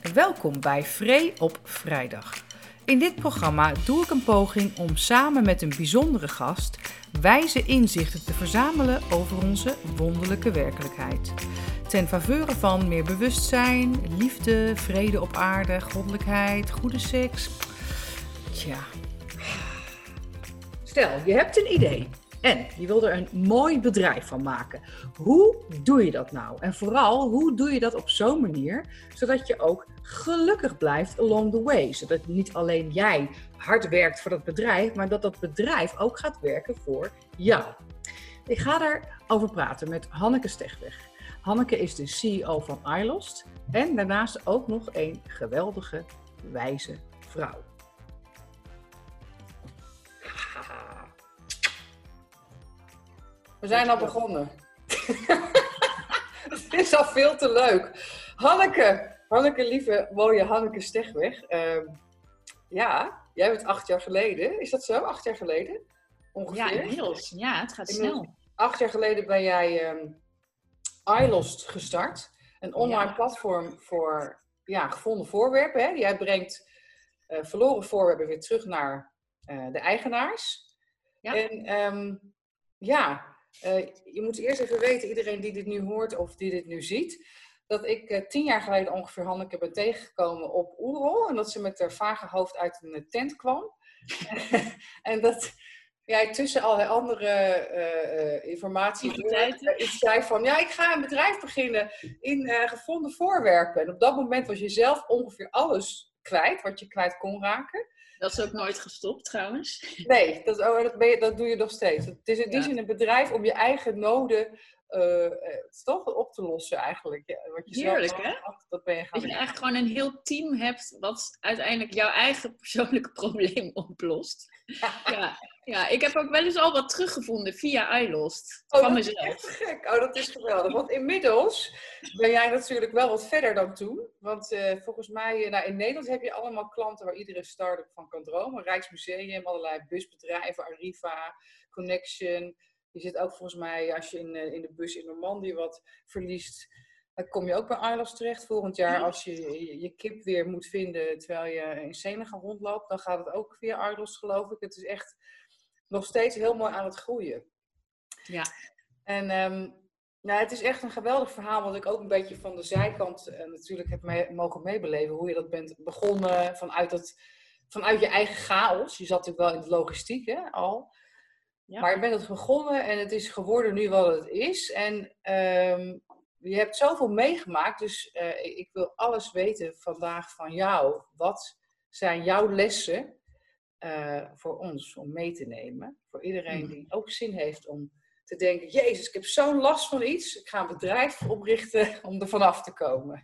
Welkom bij Vree op Vrijdag. In dit programma doe ik een poging om samen met een bijzondere gast wijze inzichten te verzamelen over onze wonderlijke werkelijkheid. Ten faveur van meer bewustzijn, liefde, vrede op aarde, goddelijkheid, goede seks. Tja. Stel, je hebt een idee en je wil er een mooi bedrijf van maken. Hoe doe je dat nou? En vooral, hoe doe je dat op zo'n manier, zodat je ook gelukkig blijft along the way? Zodat niet alleen jij hard werkt voor dat bedrijf, maar dat dat bedrijf ook gaat werken voor jou. Ik ga daarover praten met Hanneke Stegweg. Hanneke is de CEO van iLost en daarnaast ook nog een geweldige, wijze vrouw. We zijn al begonnen. Het is al veel te leuk. Hanneke, lieve, mooie Hanneke Stegweg. Ja, jij bent 8 jaar geleden. Is dat zo? 8 jaar geleden? Ongeveer? Ja, inmiddels. Ja, het gaat snel. 8 jaar geleden ben jij iLost gestart. Een online platform voor gevonden voorwerpen. Hè? Jij brengt verloren voorwerpen weer terug naar de eigenaars. Ja. En je moet eerst even weten, iedereen die dit nu hoort of die dit nu ziet, dat ik 10 jaar geleden ongeveer Hanneke ben tegengekomen op Oerol. En dat ze met haar vage hoofd uit een tent kwam. En dat jij tussen allerlei andere informatie iets zei van, ja, ik ga een bedrijf beginnen in gevonden voorwerpen. En op dat moment was je zelf ongeveer alles kwijt, wat je kwijt kon raken. Dat is ook nooit gestopt, trouwens. Nee, dat doe je nog steeds. Het is in die zin een bedrijf om je eigen noden toch op te lossen eigenlijk. Ja, wat je heerlijk, zelf hè? Dat ben je gaan dat je eigenlijk gewoon een heel team hebt wat uiteindelijk jouw eigen persoonlijke probleem oplost. Ja, ik heb ook wel eens al wat teruggevonden via iLost. Van mezelf. Dat is echt gek. Oh, dat is geweldig. Want inmiddels ben jij natuurlijk wel wat verder dan toen. Want volgens mij, in Nederland heb je allemaal klanten waar iedere start-up van kan dromen. Rijksmuseum, allerlei busbedrijven, Arriva, Connection. Je zit ook volgens mij, als je in de bus in Normandië wat verliest, dan kom je ook bij iLost terecht. Volgend jaar, als je kip weer moet vinden terwijl je in Senegal rondloopt, dan gaat het ook via iLost, geloof ik. Het is echt nog steeds heel mooi aan het groeien. Ja. En het is echt een geweldig verhaal, wat ik ook een beetje van de zijkant natuurlijk heb mogen meebeleven. Hoe je dat bent begonnen vanuit je eigen chaos. Je zat natuurlijk wel in de logistiek, hè, al. Ja. Maar je bent het begonnen en het is geworden nu wat het is. En je hebt zoveel meegemaakt, dus ik wil alles weten vandaag van jou. Wat zijn jouw lessen voor ons om mee te nemen? Voor iedereen die ook zin heeft om te denken, Jezus, ik heb zo'n last van iets. Ik ga een bedrijf oprichten om er vanaf te komen.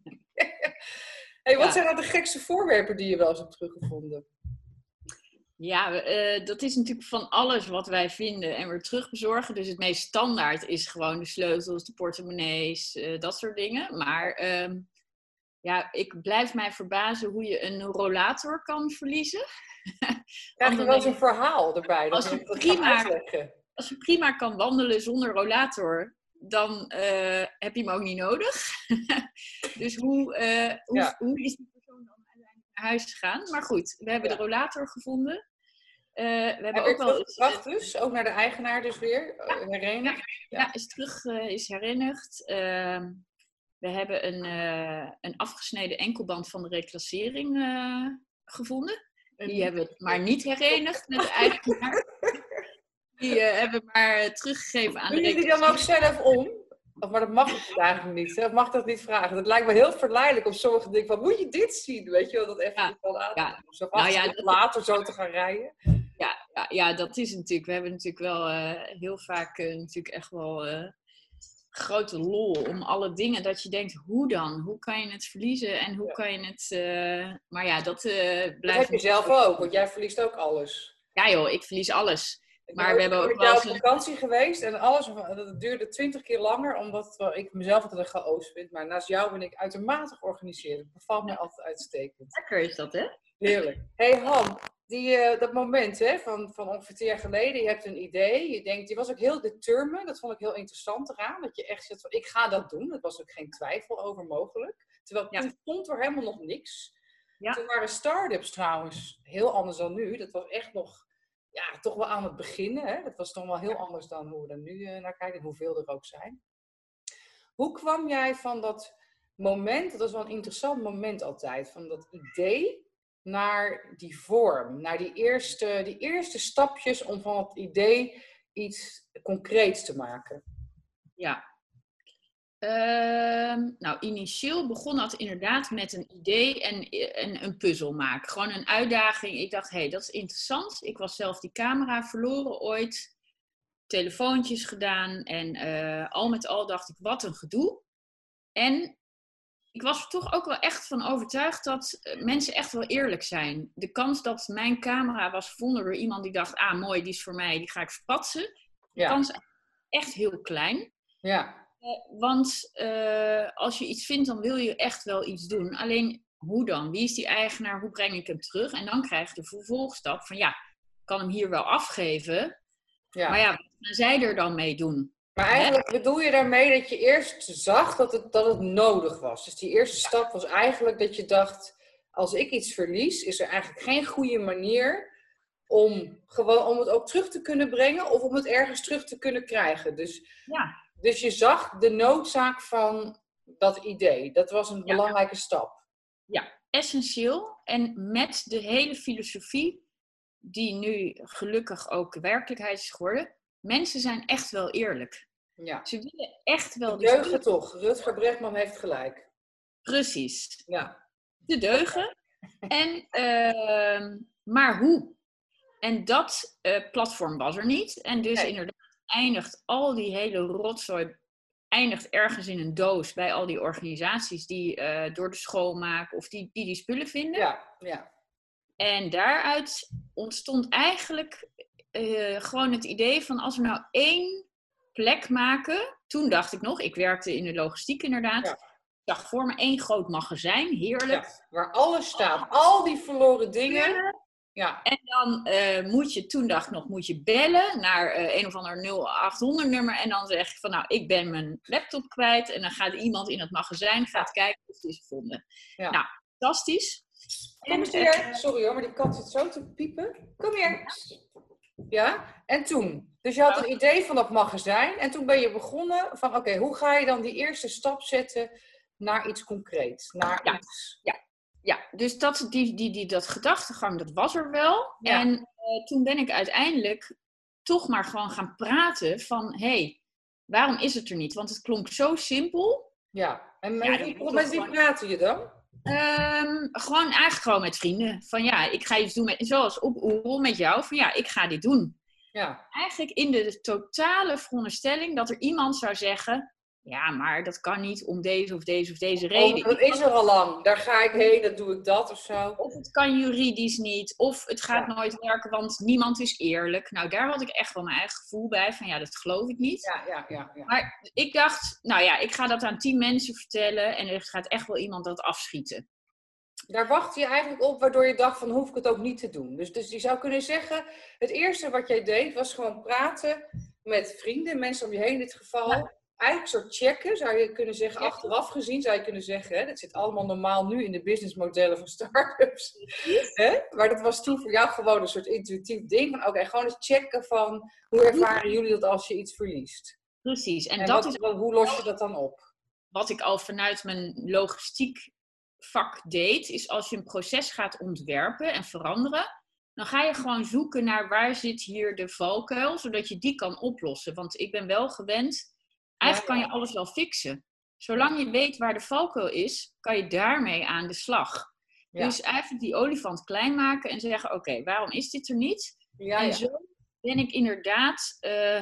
Wat zijn nou de gekste voorwerpen die je wel eens hebt teruggevonden? Ja, dat is natuurlijk van alles wat wij vinden en weer terugbezorgen. Dus het meest standaard is gewoon de sleutels, de portemonnees, dat soort dingen. Maar ik blijf mij verbazen hoe je een rollator kan verliezen. Krijg je wel eens een verhaal erbij? Als je prima kan wandelen zonder rollator, dan heb je hem ook niet nodig. Dus hoe is die persoon dan uiteindelijk naar huis gegaan? Maar goed, we hebben de rollator gevonden. We hebben ook wel teruggebracht dus, ook naar de eigenaar dus weer, herenigd? Ja, is herenigd. We hebben een afgesneden enkelband van de reclassering gevonden. Die hebben we maar niet herenigd met de eigenaar. Die hebben we maar teruggegeven aan de reclassering. Doe je die dan ook zelf om? Maar dat mag ik eigenlijk niet. Zelf mag dat niet vragen. Dat lijkt me heel verleidelijk om sommige dingen van, moet je dit zien? Weet je wel, dat even later zo te gaan rijden. Ja, dat is natuurlijk. We hebben natuurlijk wel heel vaak natuurlijk echt wel grote lol om alle dingen dat je denkt, hoe dan? Hoe kan je het verliezen en hoe kan je het... dat blijft... Dat heb je zelf ook, want jij verliest ook alles. Ja joh, ik verlies alles. Maar we hebben ook wel op vakantie geweest en alles, dat duurde 20 keer langer, omdat ik mezelf altijd een chaos vind. Maar naast jou ben ik uitermate georganiseerd. Het bevalt mij altijd uitstekend. Lekker is dat, hè? Heerlijk. Hey Han, dat moment van ongeveer 10 jaar geleden, je hebt een idee, je was ook heel determined, dat vond ik heel interessant eraan, dat je echt zegt van, ik ga dat doen. Er was ook geen twijfel over mogelijk. Terwijl toen stond er helemaal nog niks. Ja. Toen waren start-ups trouwens heel anders dan nu. Dat was echt nog, toch wel aan het beginnen. Hè? Dat was toch wel heel anders dan hoe we er nu naar kijken. En hoeveel er ook zijn. Hoe kwam jij van dat moment, dat is wel een interessant moment altijd, van dat idee naar die vorm, naar die eerste stapjes om van het idee iets concreets te maken? Ja. Nou, initieel begon dat inderdaad met een idee en een puzzel maken. Gewoon een uitdaging. Ik dacht, dat is interessant. Ik was zelf die camera verloren ooit. Telefoontjes gedaan. En al met al dacht ik, wat een gedoe. En ik was er toch ook wel echt van overtuigd dat mensen echt wel eerlijk zijn. De kans dat mijn camera was gevonden door iemand die dacht, mooi, die is voor mij, die ga ik verpatsen. De kans is echt heel klein. Ja. Want als je iets vindt, dan wil je echt wel iets doen. Alleen, hoe dan? Wie is die eigenaar? Hoe breng ik hem terug? En dan krijg je de vervolgstap van, ik kan hem hier wel afgeven. Ja. Maar wat gaan zij er dan mee doen? Maar eigenlijk bedoel je daarmee dat je eerst zag dat het nodig was. Dus die eerste stap was eigenlijk dat je dacht, als ik iets verlies, is er eigenlijk geen goede manier om het ook terug te kunnen brengen of om het ergens terug te kunnen krijgen. Dus je zag de noodzaak van dat idee. Dat was een belangrijke stap. Ja, essentieel. En met de hele filosofie, die nu gelukkig ook werkelijkheid is geworden. Mensen zijn echt wel eerlijk. Ja. Ze willen echt wel... De deugen toch. Rutger Bregman heeft gelijk. Precies. Ja. De deugen. Maar hoe? En dat platform was er niet. En dus inderdaad eindigt al die hele rotzooi ergens in een doos bij al die organisaties die door de schoonmaak of die spullen vinden. Ja. En daaruit ontstond eigenlijk gewoon het idee van als we nou 1 plek maken. Toen dacht ik nog, ik werkte in de logistiek inderdaad. Ja. Ik dacht voor me 1 groot magazijn, heerlijk. Ja, waar alles staat, al die verloren dingen. Ja. En dan moet je bellen naar een of ander 0800 nummer. En dan zeg ik van nou, ik ben mijn laptop kwijt. En dan gaat iemand in het magazijn kijken of die is gevonden. Ja. Nou, fantastisch. Kom eens hier. Sorry hoor, maar die kat zit zo te piepen. Kom hier. Ja, en toen? Dus je had een idee van dat magazijn. En toen ben je begonnen van oké, hoe ga je dan die eerste stap zetten naar iets concreets? Ja, dus dat gedachtegang, dat was er wel. Ja. En toen ben ik uiteindelijk toch maar gewoon gaan praten van... waarom is het er niet? Want het klonk zo simpel. Ja, en met wie praten je dan? Gewoon met vrienden. Van ik ga iets doen, zoals op Oerol met jou. Van ik ga dit doen. Ja. Eigenlijk in de totale veronderstelling dat er iemand zou zeggen... Ja, maar dat kan niet om deze of deze of deze reden. Dat is er al lang. Daar ga ik heen, dan doe ik dat of zo. Of het kan juridisch niet. Of het gaat nooit werken, want niemand is eerlijk. Nou, daar had ik echt wel mijn eigen gevoel bij. Van dat geloof ik niet. Ja. Maar ik dacht, ik ga dat aan 10 mensen vertellen. En er gaat echt wel iemand dat afschieten. Daar wachtte je eigenlijk op, waardoor je dacht van hoef ik het ook niet te doen. Dus je zou kunnen zeggen, het eerste wat jij deed was gewoon praten met vrienden, mensen om je heen in dit geval. Ja. Eigenlijk een soort checken, zou je kunnen zeggen, achteraf gezien zou je kunnen zeggen, hè, dat zit allemaal normaal nu in de businessmodellen van start-ups. Hè? Maar dat was toen voor jou gewoon een soort intuïtief ding van oké, gewoon eens checken van hoe ervaren jullie dat als je iets verliest. Precies. En hoe los je dat dan op? Wat ik al vanuit mijn logistiek vak deed, is als je een proces gaat ontwerpen en veranderen, dan ga je gewoon zoeken naar waar zit hier de valkuil, zodat je die kan oplossen. Want ik ben wel gewend, eigenlijk kan je alles wel fixen. Zolang je weet waar de valkuil is, kan je daarmee aan de slag. Ja. Dus eigenlijk die olifant klein maken en zeggen, oké, waarom is dit er niet? En zo ben ik inderdaad,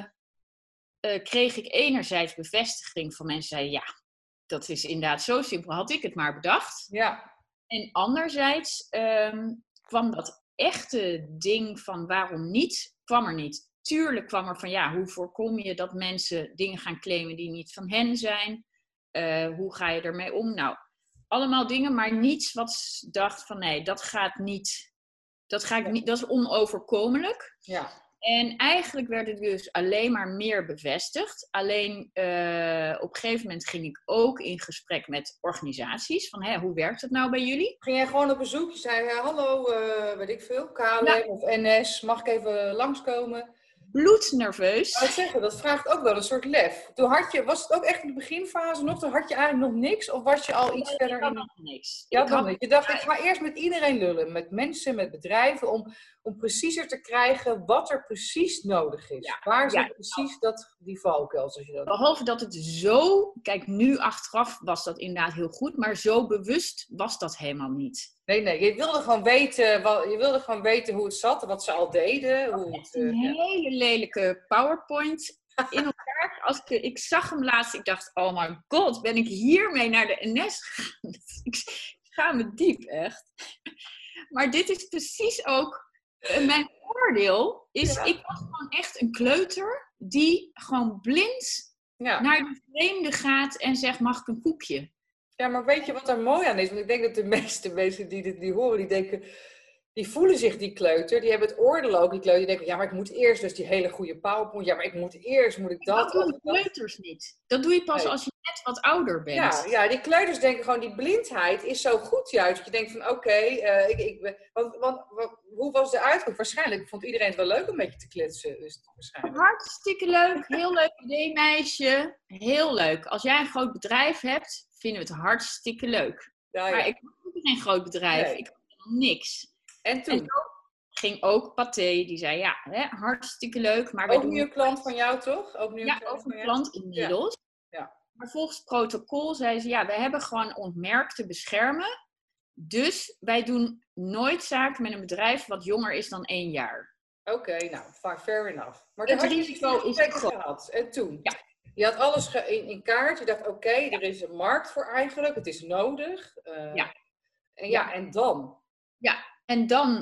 kreeg ik enerzijds bevestiging van mensen die zeiden, dat is inderdaad zo simpel, had ik het maar bedacht. Ja. En anderzijds kwam dat echte ding van waarom niet, kwam er niet. Tuurlijk kwam er van, hoe voorkom je dat mensen dingen gaan claimen die niet van hen zijn? Hoe ga je ermee om? Nou, allemaal dingen, maar niets wat dacht van, nee, dat gaat niet. Dat is onoverkomelijk. Ja. En eigenlijk werd het dus alleen maar meer bevestigd. Alleen op een gegeven moment ging ik ook in gesprek met organisaties. Van hoe werkt het nou bij jullie? Ging jij gewoon op bezoek? Je zei, hallo, weet ik veel, KLM of NS, mag ik even langskomen? Bloednerveus. Ik zeggen, dat vraagt ook wel een soort lef. Toen was het ook echt in de beginfase nog? Toen had je eigenlijk nog niks? Of was je al iets verder? Ik had nog niks. Je dacht, ik ga eerst met iedereen lullen. Met mensen, met bedrijven. Om preciezer te krijgen wat er precies nodig is. Waar zit precies die valkuil? Behalve dat het zo... Kijk, nu achteraf was dat inderdaad heel goed. Maar zo bewust was dat helemaal niet. Nee. Je wilde gewoon weten hoe het zat. Wat ze al deden. Een hele lelijke PowerPoint in elkaar. Ik zag hem laatst. Ik dacht, oh my god, ben ik hiermee naar de NS gegaan? Ik schaam me diep, echt. Maar dit is precies ook... Mijn oordeel is, ik was gewoon echt een kleuter die gewoon blind naar de vreemde gaat en zegt, mag ik een koekje? Ja, maar weet je wat er mooi aan is? Want ik denk dat de meeste mensen die horen, die denken, die voelen zich die kleuter, die hebben het oordeel ook, die kleuter, die denken, ja, maar ik moet eerst dus die hele goede PowerPoint, ja, maar moet ik dat? Dat doen kleuters niet. Dat doe je pas als je net wat ouder bent. Ja, die kleuters denken gewoon, die blindheid is zo goed juist, dat je denkt van, hoe was de uitkomst? Waarschijnlijk vond iedereen het wel leuk om met je te kletsen. Dus hartstikke leuk, heel leuk idee, meisje. Heel leuk. Als jij een groot bedrijf hebt, vinden we het hartstikke leuk. Ja. Maar ik had geen groot bedrijf, ik had helemaal niks. En toen? En ging ook Pathé, die zei, hartstikke leuk. Maar ook nu een klant van jou, toch? Ook een klant inmiddels. Ja. Maar volgens protocol zei ze, we hebben gewoon ons merk te beschermen. Dus wij doen nooit zaken met een bedrijf wat jonger is dan 1 jaar. Oké, nou, fair enough. Maar het risico is groot. En toen? Ja. Je had alles in kaart. Je dacht, er is een markt voor eigenlijk. Het is nodig. En dan? Ja, en dan,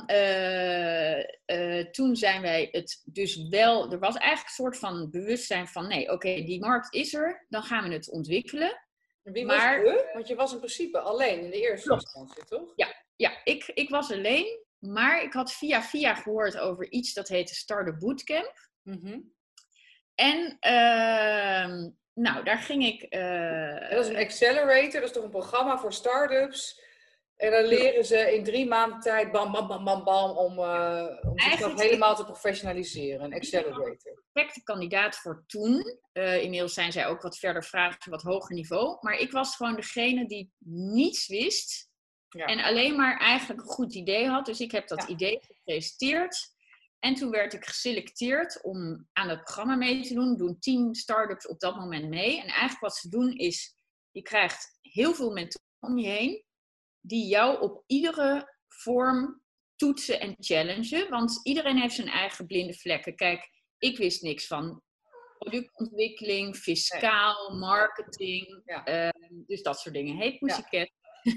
toen zijn wij het dus wel... Er was eigenlijk een soort van bewustzijn van... Nee, die markt is er. Dan gaan we het ontwikkelen. En wie was je? Want je was in principe alleen in de eerste instantie, toch? Ja, ik was alleen. Maar ik had via gehoord over iets dat heette Startup Bootcamp. Mm-hmm. En daar ging ik... dat is een accelerator. Dat is toch een programma voor start-ups... En dan leren ze in 3 maanden tijd bam, bam, bam, bam, bam, om zichzelf helemaal te professionaliseren. Een accelerator. Perfecte kandidaat voor toen. Inmiddels zijn zij ook wat verder vragen, wat hoger niveau. Maar ik was gewoon degene die niets wist. Ja. En alleen maar eigenlijk een goed idee had. Dus ik heb dat idee gepresenteerd. En toen werd ik geselecteerd om aan het programma mee te doen. Doen 10 start-ups op dat moment mee. En eigenlijk wat ze doen is, je krijgt heel veel mentoren om je heen. Die jou op iedere vorm toetsen en challengen. Want iedereen heeft zijn eigen blinde vlekken. Kijk, ik wist niks van productontwikkeling, fiscaal, marketing. Ja. Dus dat soort dingen. Hey, Pussycat.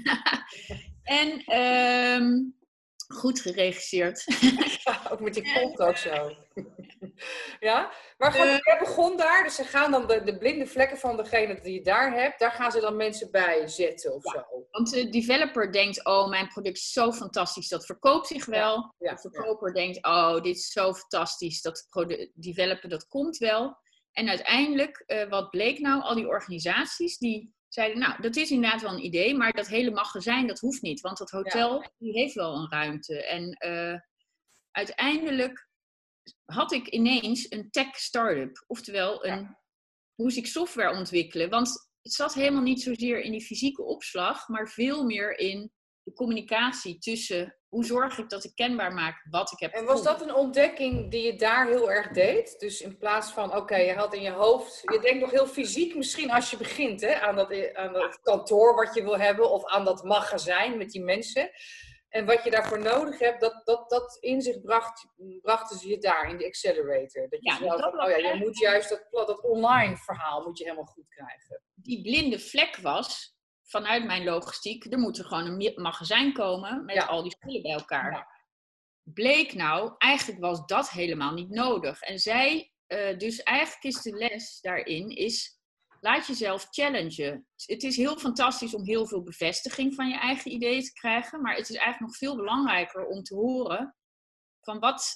En goed geregisseerd. Ja, ook met die kont ook zo. Ja, maar goed, jij begon daar. Dus ze gaan dan de blinde vlekken van degene die je daar hebt, daar gaan ze dan mensen bij zetten of zo. Want de developer denkt, mijn product is zo fantastisch, dat verkoopt zich wel. De verkoper denkt, dit is zo fantastisch, dat developer, dat komt wel. En uiteindelijk, wat bleek nou? Al die organisaties die zeiden, dat is inderdaad wel een idee, maar dat hele magazijn, dat hoeft niet. Want dat hotel, die heeft wel een ruimte. En uiteindelijk had ik ineens een tech startup. Oftewel, moest ik software ontwikkelen. Want het zat helemaal niet zozeer in die fysieke opslag, maar veel meer in de communicatie tussen, hoe zorg ik dat ik kenbaar maak wat ik heb gevonden. En was dat een ontdekking die je daar heel erg deed? Dus in plaats van, je had in je hoofd, je denkt nog heel fysiek misschien als je begint, hè, aan dat kantoor wat je wil hebben, of aan dat magazijn met die mensen. En wat je daarvoor nodig hebt, dat inzicht brachten ze je daar in de accelerator. Dat je je moet juist dat online verhaal moet je helemaal goed krijgen. Die blinde vlek was, vanuit mijn logistiek, er moet er gewoon een magazijn komen met al die spullen bij elkaar. Ja. Bleek nou, eigenlijk was dat helemaal niet nodig. En dus eigenlijk is de les daarin, laat jezelf challengen. Het is heel fantastisch om heel veel bevestiging van je eigen ideeën te krijgen, maar het is eigenlijk nog veel belangrijker om te horen van wat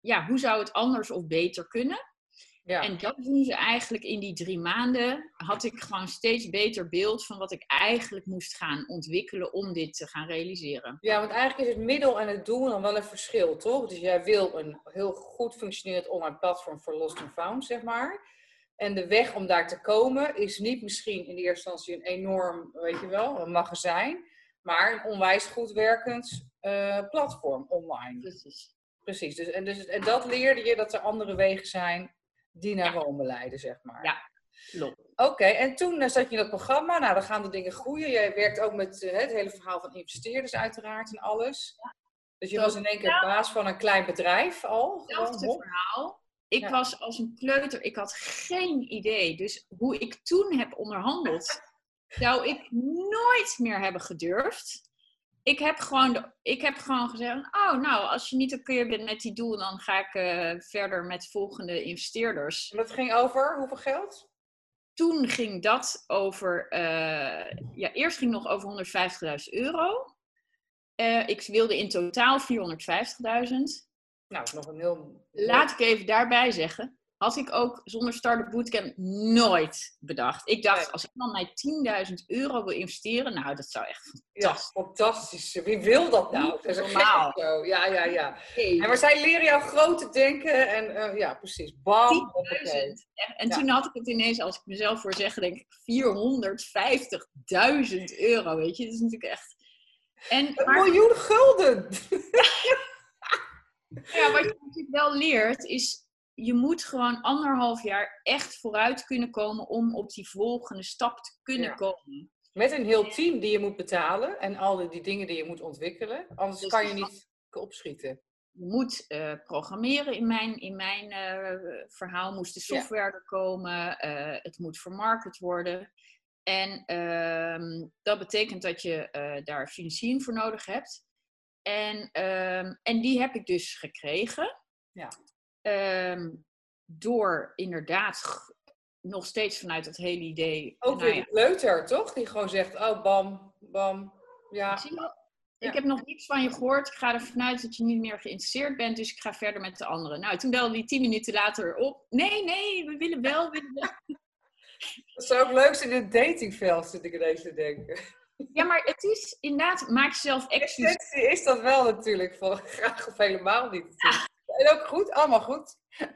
hoe zou het anders of beter kunnen? Ja. En dat doen ze eigenlijk in die 3 maanden. Had ik gewoon steeds beter beeld van wat ik eigenlijk moest gaan ontwikkelen om dit te gaan realiseren. Ja, want eigenlijk is het middel en het doel dan wel een verschil, toch? Dus jij wil een heel goed functionerend online platform voor Lost and Found, zeg maar. En de weg om daar te komen is niet misschien in de eerste instantie een enorm, weet je wel, een magazijn. Maar een onwijs goed werkend platform online. Precies. Dus, en dat leerde je dat er andere wegen zijn die naar Rome leiden, zeg maar. Ja, klopt. Oké, en toen zat je in dat programma. Nou, dan gaan de dingen groeien. Jij werkt ook met het hele verhaal van investeerders uiteraard en alles. Ja. Dus je was in één keer baas van een klein bedrijf al. Hetzelfde verhaal. Ik was als een kleuter. Ik had geen idee. Dus hoe ik toen heb onderhandeld, zou ik nooit meer hebben gedurfd. Ik heb gewoon gezegd, als je niet oké bent met die doel, dan ga ik verder met volgende investeerders. En dat ging over hoeveel geld? Toen ging dat over, eerst ging het nog over €150.000. Ik wilde in totaal 450.000. Nou, nog een heel... Laat ik even daarbij zeggen, had ik ook zonder Startup Bootcamp nooit bedacht. Ik dacht, als iemand mij €10.000 wil investeren, nou, dat zou echt fantastisch. Ja, fantastisch. Wie wil dat nou? Dat is normaal. Zo. Ja. Hey. En maar zij leren jou groot te denken en precies. Bam. 10.000. En toen had ik het ineens, als ik mezelf voor zeggen, denk ik €450.000, weet je. Dat is natuurlijk echt... Een miljoen gulden! Ja, wat je natuurlijk wel leert, is... Je moet gewoon 1,5 jaar echt vooruit kunnen komen om op die volgende stap te kunnen komen. Met een heel team die je moet betalen en al die dingen die je moet ontwikkelen. Anders dus kan je niet opschieten. Je moet programmeren. In mijn verhaal moest de software er komen. Het moet vermarkt worden. En dat betekent dat je daar financiering voor nodig hebt. En die heb ik dus gekregen. Ja. Door inderdaad nog steeds vanuit dat hele idee... Ook weer de kleuter, toch? Die gewoon zegt, oh, bam, bam, ja. Ik heb nog niets van je gehoord. Ik ga ervan uit dat je niet meer geïnteresseerd bent, dus ik ga verder met de anderen. Nou, toen belde die 10 minuten later op. Nee, we willen wel. Dat zou ook leuk zijn in het datingveld, zit ik ineens te denken. Ja, maar het is inderdaad, maak jezelf exclusief. Is dat wel natuurlijk, van graag of helemaal niet. En ook goed, allemaal goed.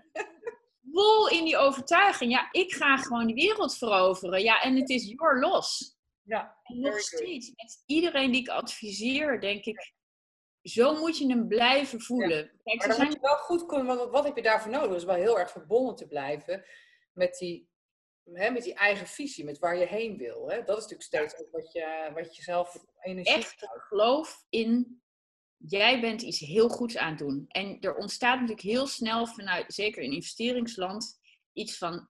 Vol in die overtuiging. Ja, ik ga gewoon die wereld veroveren. Ja, en het is your loss. Ja, en nog steeds, met iedereen die ik adviseer, denk ik, zo moet je hem blijven voelen. Ja. Kijk, maar dan moet je wel goed kunnen, want wat heb je daarvoor nodig? Dus wel heel erg verbonden te blijven met die eigen visie, met waar je heen wil. Hè? Dat is natuurlijk steeds ook wat je zelf energie echt geloof in... Jij bent iets heel goeds aan het doen. En er ontstaat natuurlijk heel snel vanuit, zeker in investeringsland, iets van,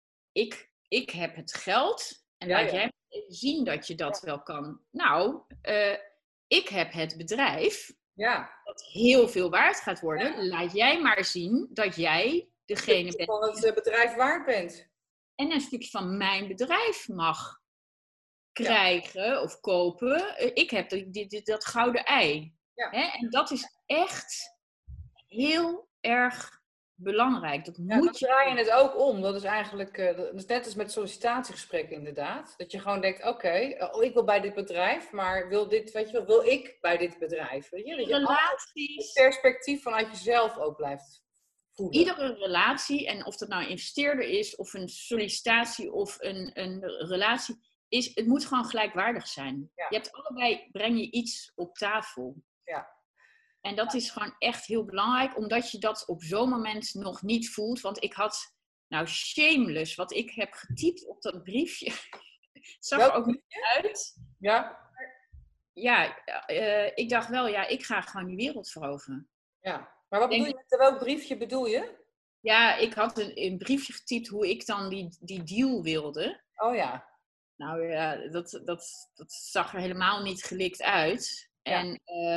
ik heb het geld en laat jij even zien dat je dat wel kan. Nou, ik heb het bedrijf dat heel veel waard gaat worden. Ja. Laat jij maar zien dat jij degene bent. Van het bedrijf waard bent. En een stukje van mijn bedrijf mag krijgen of kopen. Ik heb dat gouden ei. Ja. En dat is echt heel erg belangrijk. Dat moet je draai je het ook om. Dat is eigenlijk dat is net als met sollicitatiegesprekken inderdaad. Dat je gewoon denkt, oké, ik wil bij dit bedrijf, maar wil ik bij dit bedrijf? Weet je? Dat je relaties. Het perspectief vanuit jezelf ook blijft voelen. Iedere relatie, en of dat nou een investeerder is, of een sollicitatie, of een relatie, het moet gewoon gelijkwaardig zijn. Ja. Je hebt allebei, breng je iets op tafel. Ja. En dat is gewoon echt heel belangrijk, omdat je dat op zo'n moment nog niet voelt. Want ik had, shameless, wat ik heb getypt op dat briefje. Zag er ook niet uit. Ja. Ja, ik dacht wel, ik ga gewoon die wereld veroveren. Ja, maar wat bedoel je met welk briefje bedoel je? Ja, ik had een briefje getypt hoe ik dan die deal wilde. Oh ja. Nou ja, dat zag er helemaal niet gelikt uit. Ja.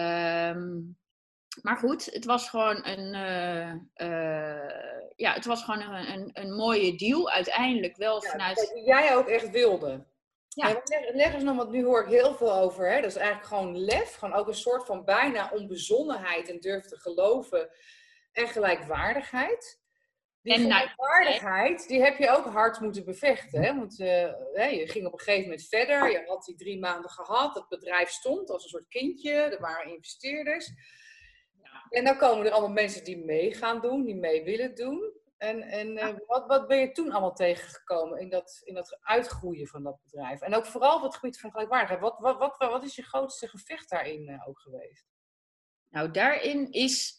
Maar goed, het was gewoon een mooie deal. Uiteindelijk wel vanuit... Die jij ook echt wilde. Ja. Leg eens nog, want nu hoor ik heel veel over. Hè? Dat is eigenlijk gewoon lef. Gewoon ook een soort van bijna onbezonnenheid en durf te geloven en gelijkwaardigheid. Die En gelijkwaardigheid, die heb je ook hard moeten bevechten. Hè? Want je ging op een gegeven moment verder. Je had die 3 maanden gehad. Het bedrijf stond als een soort kindje. Er waren investeerders. En dan komen er allemaal mensen die mee gaan doen, die mee willen doen. Wat ben je toen allemaal tegengekomen in dat uitgroeien van dat bedrijf? En ook vooral op het gebied van gelijkwaardigheid. Wat is je grootste gevecht daarin ook geweest? Nou, daarin is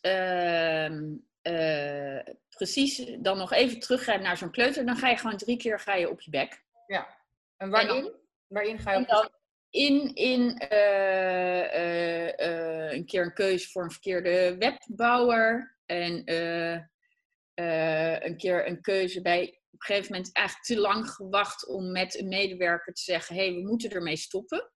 precies dan nog even teruggrijpen naar zo'n kleuter. Dan ga je gewoon 3 keer op je bek. Ja. En waarin? Waarin ga je op je bek? Een keer een keuze voor een verkeerde webbouwer. En een keer een keuze bij op een gegeven moment eigenlijk te lang gewacht om met een medewerker te zeggen, we moeten ermee stoppen.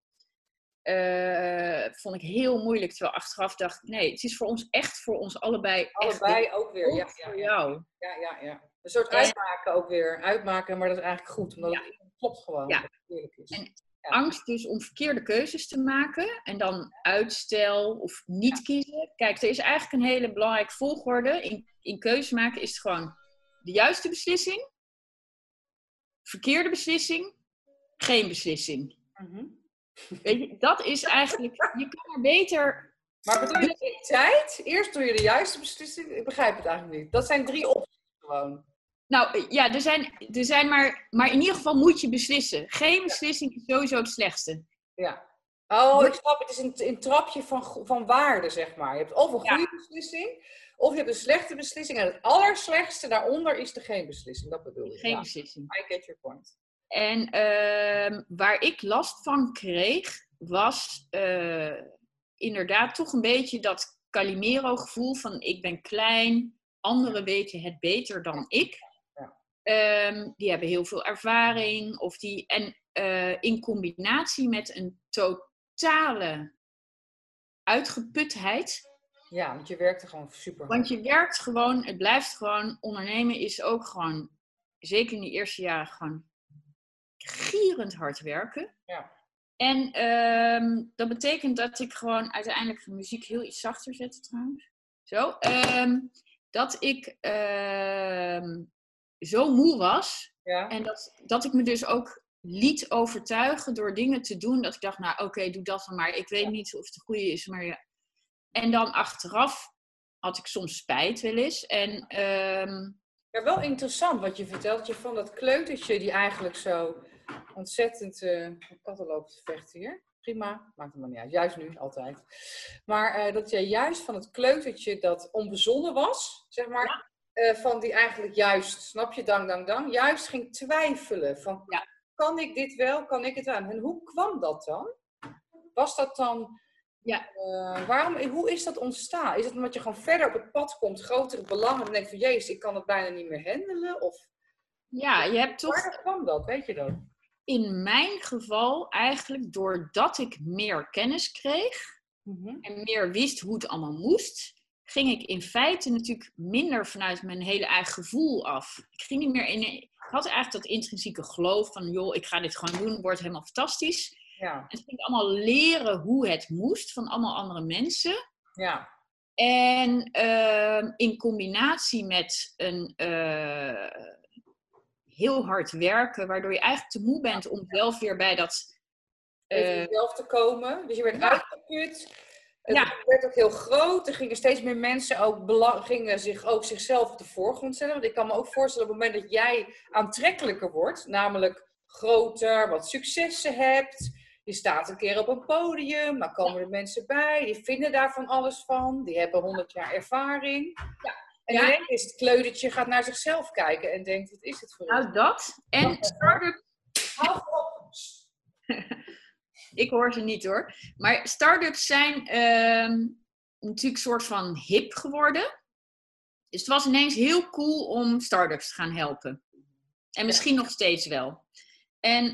Vond ik heel moeilijk, terwijl achteraf dacht ik, nee, het is voor ons allebei echt ook weer, ja. voor jou. Ja. Een soort uitmaken ook weer. Uitmaken, maar dat is eigenlijk goed, omdat het klopt gewoon. Ja. Dat het eerlijk is. En angst dus om verkeerde keuzes te maken en dan uitstel of niet kiezen. Kijk, er is eigenlijk een hele belangrijke volgorde. In keuze maken is het gewoon de juiste beslissing, verkeerde beslissing, geen beslissing. Weet je, dat is eigenlijk, je kan er beter... Maar bedoel je in tijd? Eerst doe je de juiste beslissing? Ik begrijp het eigenlijk niet. Dat zijn 3 opties gewoon. Nou ja, er zijn maar in ieder geval moet je beslissen. Geen beslissing is sowieso het slechtste. Ja. Ik snap, het is een trapje van waarde, zeg maar. Je hebt of een goede beslissing, of je hebt een slechte beslissing. En het allerslechtste daaronder is de geen beslissing. Dat bedoel ik. Geen beslissing. I get your point. En waar ik last van kreeg, was inderdaad toch een beetje dat Calimero-gevoel van ik ben klein, anderen weten het beter dan ik. Die hebben heel veel ervaring. In combinatie met een totale uitgeputheid. Ja, want je werkt er gewoon super hard. Want je werkt gewoon, het blijft gewoon, ondernemen is ook gewoon, zeker in die eerste jaren, gewoon gierend hard werken. Ja. En dat betekent dat ik gewoon uiteindelijk de muziek heel iets zachter zette trouwens. Zo. Dat ik zo moe was. Ja. En dat ik me dus ook liet overtuigen door dingen te doen. Dat ik dacht, nou oké, doe dat dan maar. Ik weet niet of het de goede is, maar ja. En dan achteraf had ik soms spijt wel eens. En, ja, wel interessant wat je vertelt. Je van dat kleutertje die eigenlijk zo ontzettend... katten lopen te vechten hier. Prima, maakt het maar niet uit. Juist nu, altijd. Maar dat jij juist van het kleutertje dat onbezonnen was, zeg maar... Ja. Van die eigenlijk juist, snap je, dang, juist ging twijfelen. Van, kan ik dit wel, kan ik het wel? En hoe kwam dat dan? Was dat dan... Ja. Hoe is dat ontstaan? Is het omdat je gewoon verder op het pad komt, grotere belangen, en denkt van, jezus, ik kan het bijna niet meer handelen? Of... Ja, je hebt toch... Waar kwam dat, weet je dat? In mijn geval eigenlijk doordat ik meer kennis kreeg en meer wist hoe het allemaal moest, ging ik in feite natuurlijk minder vanuit mijn hele eigen gevoel af. Ik ging niet meer ik had eigenlijk dat intrinsieke geloof van, joh, ik ga dit gewoon doen, het wordt helemaal fantastisch. Ja. En toen ging ik allemaal leren hoe het moest van allemaal andere mensen. Ja. En in combinatie met een heel hard werken, waardoor je eigenlijk te moe bent om zelf weer bij dat... zelf te komen. Dus je werd uitgeput. Het werd ook heel groot. Er gingen steeds meer mensen gingen zichzelf op de voorgrond zetten. Want ik kan me ook voorstellen op het moment dat jij aantrekkelijker wordt, namelijk groter, wat successen hebt. Je staat een keer op een podium, dan komen er mensen bij, die vinden daar van alles van. Die hebben 100 jaar ervaring. Ja. En dan is het kleutertje gaat naar zichzelf kijken en denkt, wat is het voor Nou, dat. En start-up... Ik hoor ze niet hoor. Maar start-ups zijn natuurlijk een soort van hip geworden. Dus het was ineens heel cool om start-ups te gaan helpen. En misschien nog steeds wel. En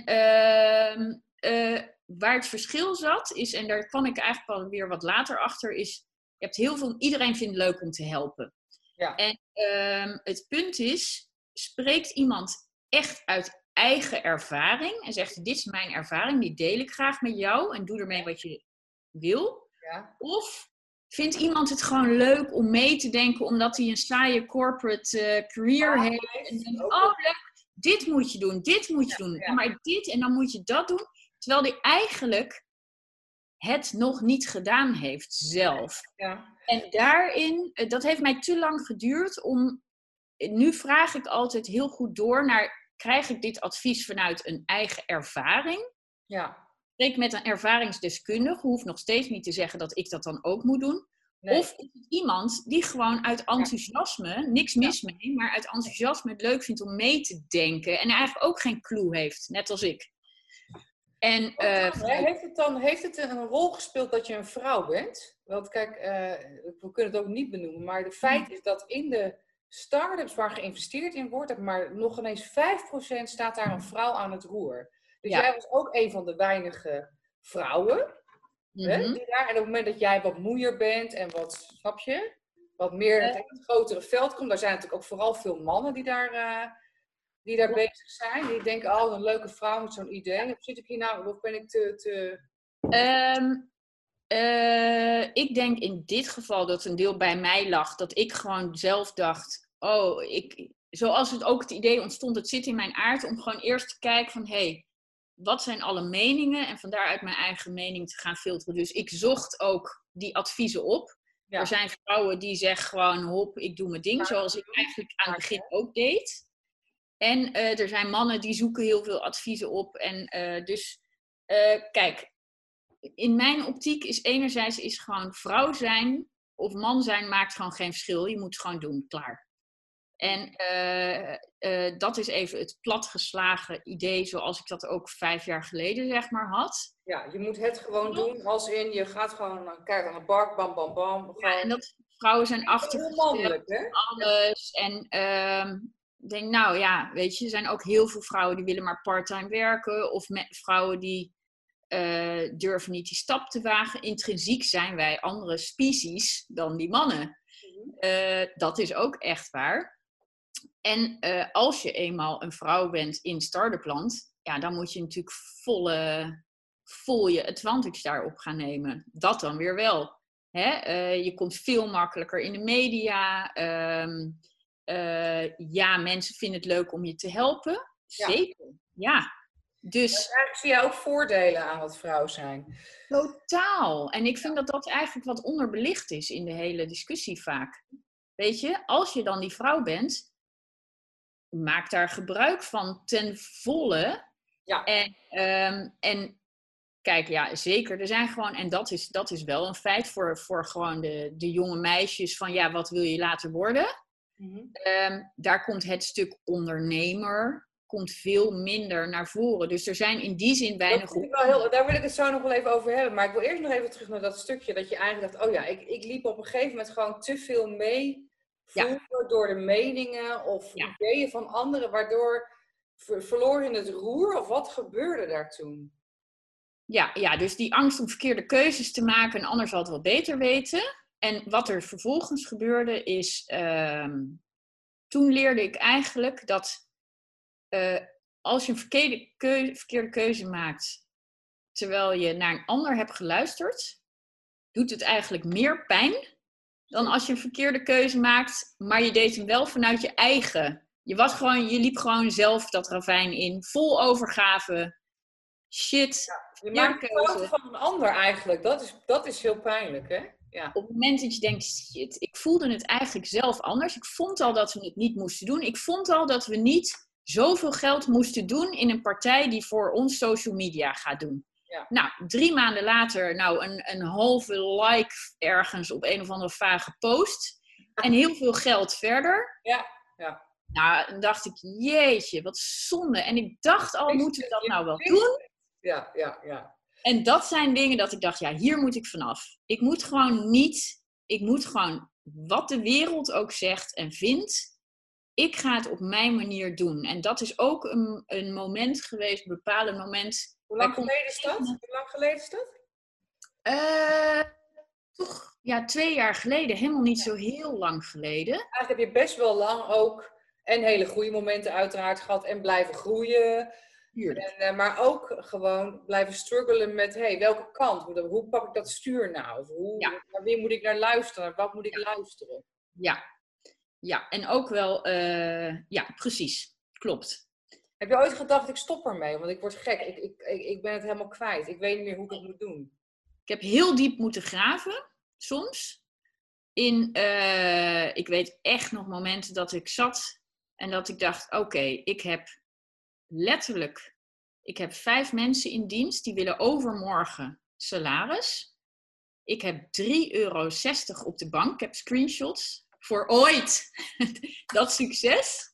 waar het verschil zat is, en daar kwam ik eigenlijk al weer wat later achter, is, je hebt heel veel, iedereen vindt het leuk om te helpen. Ja. En het punt is, spreekt iemand echt uit eigen ervaring en zegt, dit is mijn ervaring, die deel ik graag met jou en doe ermee wat je wil. Ja. Of vindt iemand het gewoon leuk om mee te denken omdat hij een saaie corporate career heeft? En denkt, oh leuk, dit moet je doen, dit moet je doen. Ja, maar dit en dan moet je dat doen. Terwijl hij eigenlijk het nog niet gedaan heeft zelf. Ja. En daarin, dat heeft mij te lang geduurd nu vraag ik altijd heel goed door naar, krijg ik dit advies vanuit een eigen ervaring? Ja. Spreek met een ervaringsdeskundige, hoeft nog steeds niet te zeggen dat ik dat dan ook moet doen. Nee. Of is het iemand die gewoon uit enthousiasme, niks mis mee, maar uit enthousiasme het leuk vindt om mee te denken en eigenlijk ook geen clue heeft, net als ik. En, heeft het een rol gespeeld dat je een vrouw bent? Want kijk, we kunnen het ook niet benoemen, maar het feit is dat in de start-ups waar geïnvesteerd in wordt, maar nog ineens 5% staat daar een vrouw aan het roer. Dus jij was ook een van de weinige vrouwen. Hè, die daar, en op het moment dat jij wat moeier bent en wat, snap je, wat meer in het grotere veld komt, daar zijn natuurlijk ook vooral veel mannen die daar bezig zijn. Die denken, oh, een leuke vrouw met zo'n idee. Of zit ik hier nou, of ben ik ik denk in dit geval dat een deel bij mij lag. Dat ik gewoon zelf dacht, zoals het ook het idee ontstond, het zit in mijn aard om gewoon eerst te kijken van, hey, wat zijn alle meningen? En van daaruit mijn eigen mening te gaan filteren. Dus ik zocht ook die adviezen op. Ja. Er zijn vrouwen die zeggen gewoon, hop, ik doe mijn ding. Zoals ik eigenlijk aan het begin ook deed. En er zijn mannen die zoeken heel veel adviezen op. En kijk, in mijn optiek is enerzijds gewoon vrouw zijn of man zijn maakt gewoon geen verschil. Je moet het gewoon doen, klaar. En dat is even het platgeslagen idee zoals ik dat ook 5 jaar geleden zeg maar had. Ja, je moet het gewoon doen als in je gaat gewoon kijken aan de bak, bam, bam, bam. Ja, en dat vrouwen zijn achtergesteld en alles. En denk, nou ja, weet je, er zijn ook heel veel vrouwen die willen maar parttime werken. Of vrouwen die durven niet die stap te wagen. Intrinsiek zijn wij andere species dan die mannen. Dat is ook echt waar. En als je eenmaal een vrouw bent in start-up land, ja, dan moet je natuurlijk vol je advantage daarop gaan nemen. Dat dan weer wel. Hè? Je komt veel makkelijker in de media. Ja, mensen vinden het leuk om je te helpen. Zeker, ja. Dus eigenlijk zie je ook voordelen aan het vrouw zijn. Totaal. En ik vind dat dat eigenlijk wat onderbelicht is in de hele discussie vaak. Weet je, als je dan die vrouw bent, maak daar gebruik van ten volle. Ja. En kijk, ja, zeker. Er zijn gewoon, en dat is wel een feit voor gewoon de jonge meisjes van, ja, wat wil je later worden? Daar komt het stuk ondernemer komt veel minder naar voren. Dus er zijn in die zin weinig... Daar wil ik het zo nog wel even over hebben. Maar ik wil eerst nog even terug naar dat stukje dat je eigenlijk dacht, oh ja, ik liep op een gegeven moment gewoon te veel mee door de meningen of ideeën van anderen, waardoor verloor je het roer? Of wat gebeurde daar toen? Ja, dus die angst om verkeerde keuzes te maken en anders altijd wel beter weten. En wat er vervolgens gebeurde is, toen leerde ik eigenlijk dat als je een verkeerde keuze maakt terwijl je naar een ander hebt geluisterd, doet het eigenlijk meer pijn dan als je een verkeerde keuze maakt, maar je deed hem wel vanuit je eigen. Je liep gewoon zelf dat ravijn in, vol overgave. Shit. Ja, je maakt de fouten van een ander eigenlijk. Dat is heel pijnlijk, hè? Ja. Op het moment dat je denkt, shit, ik voelde het eigenlijk zelf anders. Ik vond al dat we het niet moesten doen. Ik vond al dat we niet zoveel geld moesten doen in een partij die voor ons social media gaat doen. Ja. Nou, 3 maanden later, een halve like ergens op een of andere vage post. En heel veel geld verder. Ja. Nou, dan dacht ik, jeetje, wat zonde. En ik dacht al, moeten we dat nou wel doen? Ja. En dat zijn dingen dat ik dacht, ja, hier moet ik vanaf. Ik moet gewoon wat de wereld ook zegt en vindt. Ik ga het op mijn manier doen. En dat is ook een moment geweest, een bepaalde moment. Hoe lang geleden is dat? Toch, 2 jaar geleden. Helemaal niet zo heel lang geleden. Eigenlijk heb je best wel lang ook en hele goede momenten uiteraard gehad en blijven groeien. Tuurlijk. Maar ook gewoon blijven struggelen met, welke kant? Hoe pak ik dat stuur nou? Of naar wie moet ik naar luisteren? Wat moet ik luisteren? Ja, en ook wel, precies, klopt. Heb je ooit gedacht, ik stop ermee? Want ik word gek, ik ben het helemaal kwijt. Ik weet niet meer hoe ik het moet doen. Ik heb heel diep moeten graven, soms. Ik weet echt nog momenten dat ik zat en dat ik dacht, oké, ik heb 5 mensen in dienst die willen overmorgen salaris. Ik heb €3,60 op de bank. Ik heb screenshots voor ooit dat succes.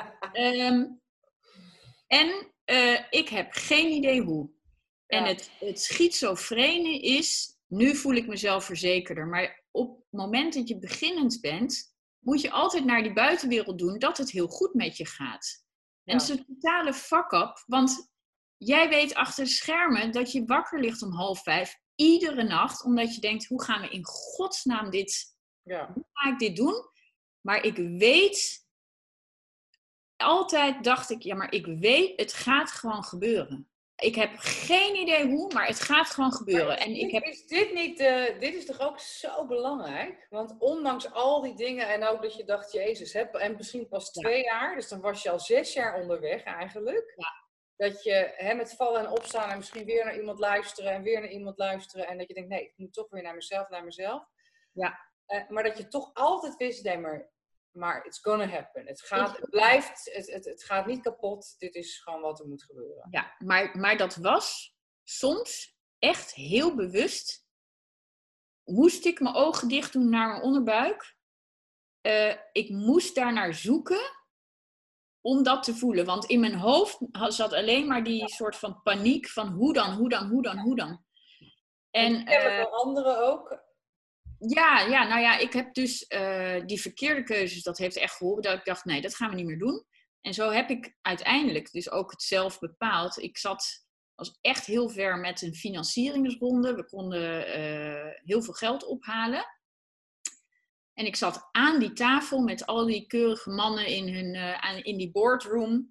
Ik heb geen idee hoe. Ja. En het schizofrene is, nu voel ik mezelf verzekerder. Maar op het moment dat je beginnend bent, moet je altijd naar die buitenwereld doen dat het heel goed met je gaat. En het is een totale fuck-up, want jij weet achter de schermen dat je wakker ligt om 4:30 iedere nacht, omdat je denkt, hoe gaan we in godsnaam hoe ga ik dit doen? Maar ik weet, altijd dacht ik, maar ik weet, het gaat gewoon gebeuren. Ik heb geen idee hoe, maar het gaat gewoon gebeuren. Dit is toch ook zo belangrijk? Want ondanks al die dingen en ook dat je dacht, Jezus, en misschien pas 2 jaar, dus dan was je al 6 jaar onderweg eigenlijk. Ja. Dat je met vallen en opstaan en misschien weer naar iemand luisteren en weer naar iemand luisteren. En dat je denkt, nee, ik moet toch weer naar mezelf. Ja. Maar dat je toch altijd wist, nee, maar it's gonna happen. Het gaat niet kapot. Dit is gewoon wat er moet gebeuren. Ja, maar dat was soms echt heel bewust. Moest ik mijn ogen dicht doen naar mijn onderbuik. Ik moest daarnaar zoeken om dat te voelen. Want in mijn hoofd zat alleen maar die soort van paniek van hoe dan. En voor anderen ook? Ja, ik heb dus die verkeerde keuzes, dat heeft echt geholpen. Dat ik dacht, nee, dat gaan we niet meer doen. En zo heb ik uiteindelijk dus ook het zelf bepaald. Ik was echt heel ver met een financieringsronde. We konden heel veel geld ophalen. En ik zat aan die tafel met al die keurige mannen in die boardroom.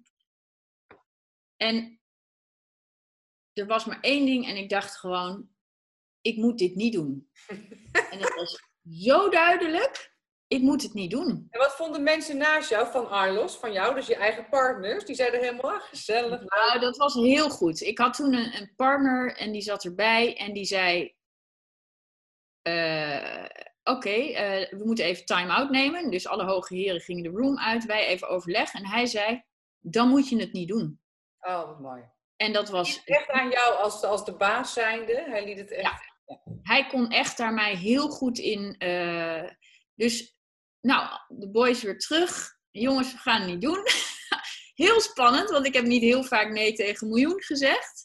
En er was maar 1 ding en ik dacht gewoon, ik moet dit niet doen. En dat was zo duidelijk, ik moet het niet doen. En wat vonden mensen naast jou van Arlos, van jou, dus je eigen partners? Die zeiden helemaal gezellig. Nou, dat was heel goed. Ik had toen een partner en die zat erbij en die zei, we moeten even time-out nemen. Dus alle hoge heren gingen de room uit, wij even overleg. En hij zei, dan moet je het niet doen. Oh, wat mooi. En dat was echt aan jou als de baas zijnde. Hij liet het echt... Ja. Hij kon echt daar mij heel goed in. Dus, de boys weer terug. Jongens, we gaan het niet doen. Heel spannend, want ik heb niet heel vaak nee tegen 1 miljoen gezegd.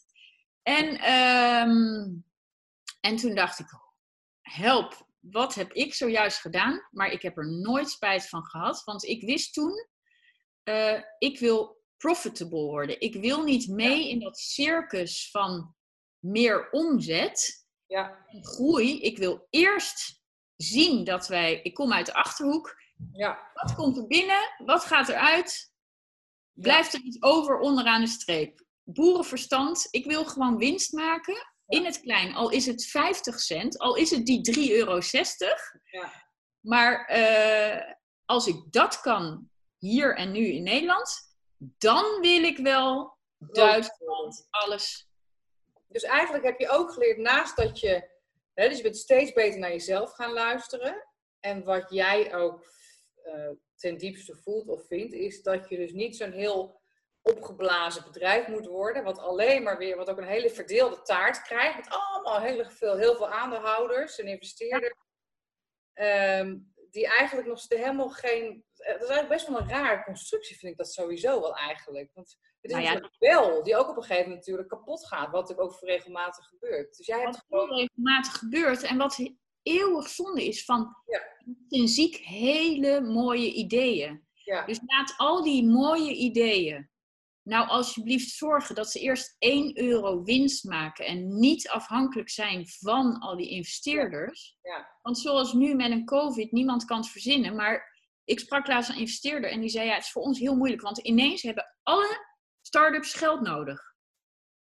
En toen dacht ik, help, wat heb ik zojuist gedaan? Maar ik heb er nooit spijt van gehad. Want ik wist toen, ik wil profitable worden. Ik wil niet mee in dat circus van meer omzet... Ja. Groei. Ik wil eerst zien dat ik kom uit de Achterhoek. Ja. Wat komt er binnen? Wat gaat eruit? Blijft er iets over onderaan de streep? Boerenverstand. Ik wil gewoon winst maken in het klein. Al is het 50 cent, al is het die €3,60. Ja. Maar als ik dat kan hier en nu in Nederland, dan wil ik wel Duitsland, alles. Dus eigenlijk heb je ook geleerd, naast dat je... dus je bent steeds beter naar jezelf gaan luisteren. En wat jij ook ten diepste voelt of vindt, is dat je dus niet zo'n heel opgeblazen bedrijf moet worden. Wat ook een hele verdeelde taart krijgt. Met allemaal heel veel aandeelhouders en investeerders. Die eigenlijk nog helemaal geen... Dat is eigenlijk best wel een rare constructie, vind ik dat sowieso wel eigenlijk. Want het is een bel die ook op een gegeven moment natuurlijk kapot gaat. Wat ook regelmatig gebeurt. Dus jij hebt gewoon... regelmatig gebeurt. En wat eeuwig zonde is van intrinsiek hele mooie ideeën. Ja. Dus laat al die mooie ideeën nou alsjeblieft zorgen dat ze eerst €1 winst maken. En niet afhankelijk zijn van al die investeerders. Ja. Ja. Want zoals nu met een COVID, niemand kan het verzinnen. Maar ik sprak laatst een investeerder en die zei, het is voor ons heel moeilijk. Want ineens hebben alle start-ups geld nodig.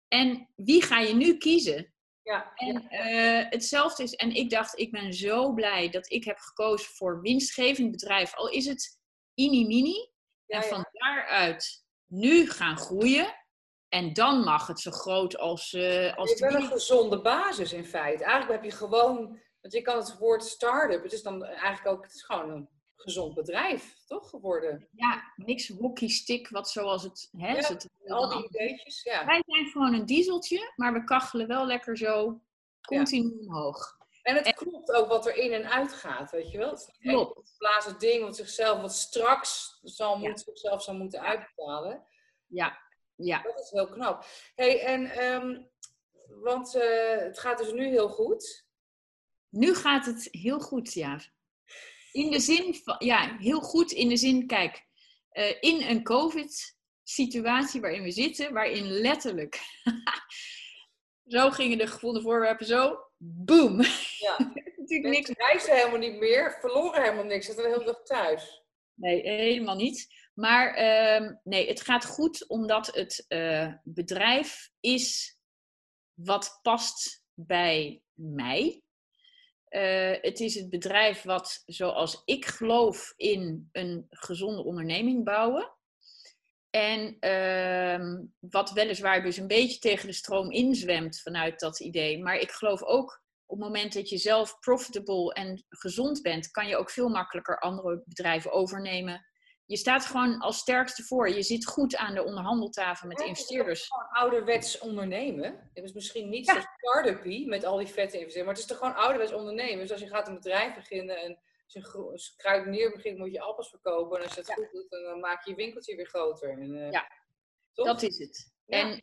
En wie ga je nu kiezen? Ja. En hetzelfde is, en ik dacht, ik ben zo blij dat ik heb gekozen voor winstgevend bedrijf. Al is het mini. En van daaruit nu gaan groeien. En dan mag het zo groot als Je hebt de wel een gezonde basis in feite. Eigenlijk heb je gewoon, want je kan het woord start-up, het is dan eigenlijk ook, het is gewoon een gezond bedrijf, toch, geworden? Ja, niks hockeystick, wat zoals het... Hè, Ja, het al die ideetjes, ja. Wij zijn gewoon een dieseltje, maar we kachelen wel lekker zo continu omhoog. En het klopt ook wat er in en uit gaat, weet je wel? Het is niet echt Klopt. een blazen ding wat zichzelf, wat straks zichzelf zal moeten uitbetalen. Ja. Dat is heel knap. Hey, en, want het gaat dus nu heel goed. Nu gaat het heel goed, ja. In de zin van, ja, heel goed in de zin, kijk, in een COVID-situatie waarin we zitten, waarin letterlijk, zo gingen de gevonden voorwerpen zo, boom. Ja. Natuurlijk niks. Reizen helemaal niet meer, verloren helemaal niks, zitten de hele dag thuis. Nee, helemaal niet. Maar nee, het gaat goed omdat het bedrijf is wat past bij mij. Het is het bedrijf wat, zoals ik geloof, in een gezonde onderneming bouwen. En wat weliswaar dus een beetje tegen de stroom inzwemt vanuit dat idee. Maar ik geloof ook, op het moment dat je zelf profitable en gezond bent, kan je ook veel makkelijker andere bedrijven overnemen. Je staat gewoon als sterkste voor. Je zit goed aan de onderhandeltafel met investeerders. Het is gewoon ouderwets ondernemen. Het is misschien niet zo start-up-y met al die vette investeringen, maar het is toch gewoon ouderwets ondernemen. Dus als je gaat een bedrijf beginnen en als je kruidenier begint, moet je appels verkopen. En als je dat goed doet, dan maak je je winkeltje weer groter. En, toch? Dat is het. Ja.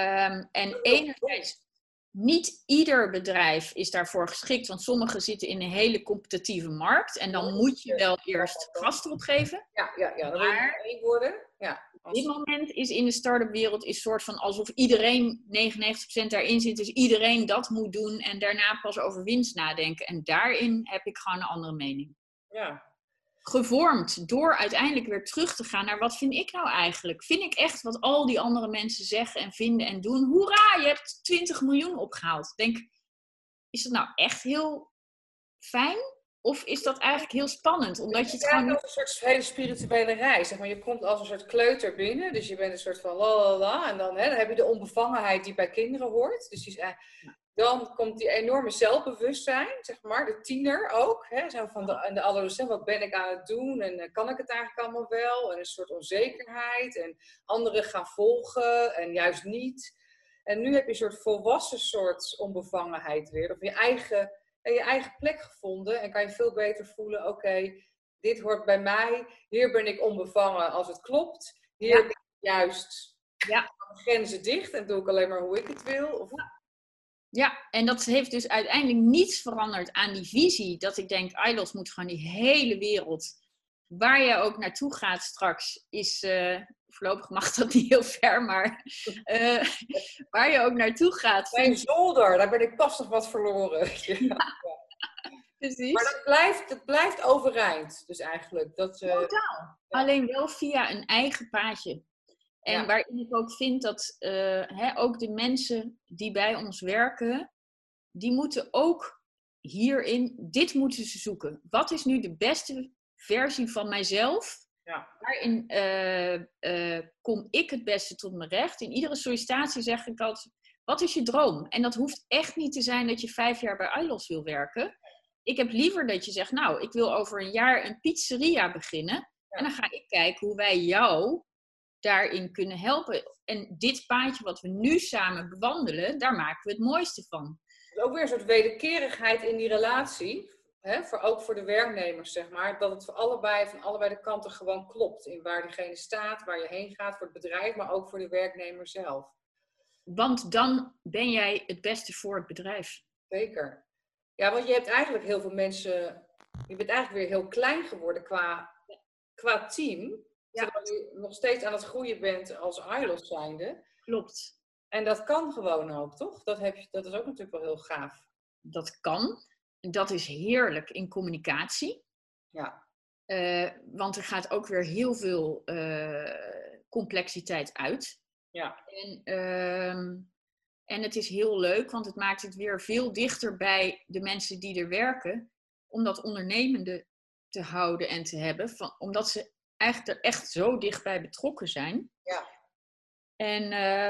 En enerzijds, niet ieder bedrijf is daarvoor geschikt, want sommigen zitten in een hele competitieve markt. En dan moet je wel eerst gas erop geven. Ja, dan wil je één worden. Ja. Op dit moment is in de start-up wereld is soort van alsof iedereen 99% daarin zit. Dus iedereen dat moet doen en daarna pas over winst nadenken. En daarin heb ik gewoon een andere mening. Ja. Gevormd door uiteindelijk weer terug te gaan naar wat vind ik nou eigenlijk? Vind ik echt wat al die andere mensen zeggen en vinden en doen? Hoera, je hebt 20 miljoen opgehaald. Denk, is dat nou echt heel fijn? Of is dat eigenlijk heel spannend? Omdat je het gewoon... als een soort hele spirituele reis. Zeg maar, je komt als een soort kleuter binnen. Dus je bent een soort van la. En dan heb je de onbevangenheid die bij kinderen hoort. Dus dan komt die enorme zelfbewustzijn, zeg maar. De tiener ook. Zo van de adolescent, wat ben ik aan het doen? En kan ik het eigenlijk allemaal wel? En een soort onzekerheid. En anderen gaan volgen en juist niet. En nu heb je een soort volwassen soort onbevangenheid weer. Of je eigen plek gevonden en kan je veel beter voelen, oké, dit hoort bij mij, hier ben ik onbevangen als het klopt, hier ben ik juist grenzen dicht en doe ik alleen maar hoe ik het wil. Of... Ja, en dat heeft dus uiteindelijk niets veranderd aan die visie, dat ik denk, Ilos moet gewoon die hele wereld, waar je ook naartoe gaat straks, is... Voorlopig mag dat niet heel ver, maar waar je ook naartoe gaat. Mijn zolder, daar ben ik pas nog wat verloren. Precies. Maar dat blijft overeind, dus eigenlijk. Totaal. Alleen wel via een eigen paadje. En waarin ik ook vind dat ook de mensen die bij ons werken, die moeten ook hierin, dit moeten ze zoeken. Wat is nu de beste versie van mijzelf? Ja. Daarin kom ik het beste tot mijn recht. In iedere sollicitatie zeg ik altijd, wat is je droom? En dat hoeft echt niet te zijn dat je 5 jaar bij Ilos wil werken. Ik heb liever dat je zegt, nou, ik wil over een jaar een pizzeria beginnen. Ja. En dan ga ik kijken hoe wij jou daarin kunnen helpen. En dit paadje wat we nu samen bewandelen, daar maken we het mooiste van. Dus ook weer een soort wederkerigheid in die relatie. Ook voor de werknemers, zeg maar, dat het voor van allebei de kanten gewoon klopt. In waar diegene staat, waar je heen gaat, voor het bedrijf, maar ook voor de werknemer zelf. Want dan ben jij het beste voor het bedrijf. Zeker. Ja, want je hebt eigenlijk heel veel mensen... Je bent eigenlijk weer heel klein geworden qua team. Ja. Terwijl je nog steeds aan het groeien bent als Ilos zijnde. Klopt. En dat kan gewoon ook, toch? Dat is ook natuurlijk wel heel gaaf. Dat kan. Dat is heerlijk in communicatie. Ja. Want er gaat ook weer heel veel complexiteit uit. Ja. En En het is heel leuk, want het maakt het weer veel dichter bij de mensen die er werken. Om dat ondernemende te houden en te hebben. Omdat ze eigenlijk er echt zo dichtbij betrokken zijn. Ja. En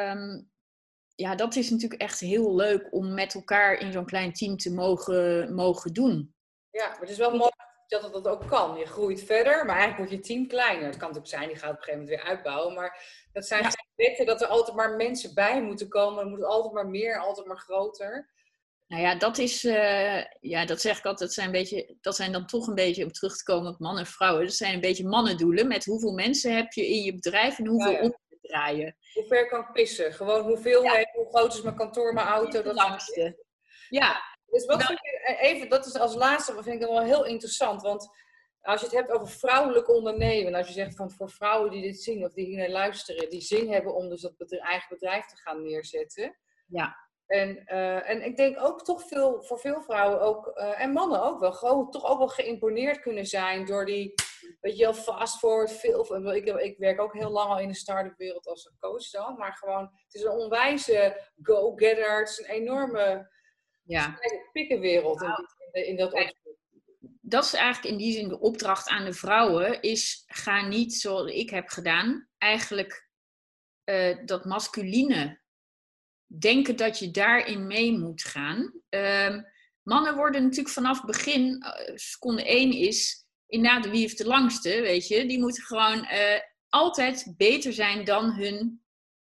dat is natuurlijk echt heel leuk om met elkaar in zo'n klein team te mogen doen. Ja, maar het is wel mooi dat dat ook kan. Je groeit verder, maar eigenlijk wordt je team kleiner. Het kan natuurlijk zijn, die gaat op een gegeven moment weer uitbouwen. Maar dat zijn geen wetten dat er altijd maar mensen bij moeten komen. Er moet altijd maar meer, altijd maar groter. Nou ja, dat is, dat zeg ik altijd, dat zijn dan toch een beetje, om terug te komen op mannen en vrouwen, dat zijn een beetje mannendoelen. Met hoeveel mensen heb je in je bedrijf en hoeveel omzet draaien. Hoe ver kan ik pissen? Gewoon hoeveelheid, hoe groot is mijn kantoor, mijn auto? Dat langste. Ja. Dus wat vind je, even, dat is als laatste, vind ik wel heel interessant. Want als je het hebt over vrouwelijk ondernemen, als je zegt van voor vrouwen die dit zien of die hier naar luisteren, die zin hebben om dus dat eigen bedrijf te gaan neerzetten. Ja. En ik denk ook toch voor veel vrouwen ook, en mannen ook wel, gewoon toch ook wel geïmponeerd kunnen zijn door die, weet je wel, fast forward, ik werk ook heel lang al in de start-up wereld als een coach dan, maar gewoon, het is een onwijze go-getter, het is een enorme pikkenwereld in dat opzicht. Dat is eigenlijk in die zin de opdracht aan de vrouwen, is ga niet zoals ik heb gedaan, eigenlijk dat masculine denken dat je daarin mee moet gaan. Mannen worden natuurlijk vanaf het begin, seconde 1 is, inderdaad wie heeft de langste, weet je. Die moeten gewoon altijd beter zijn dan hun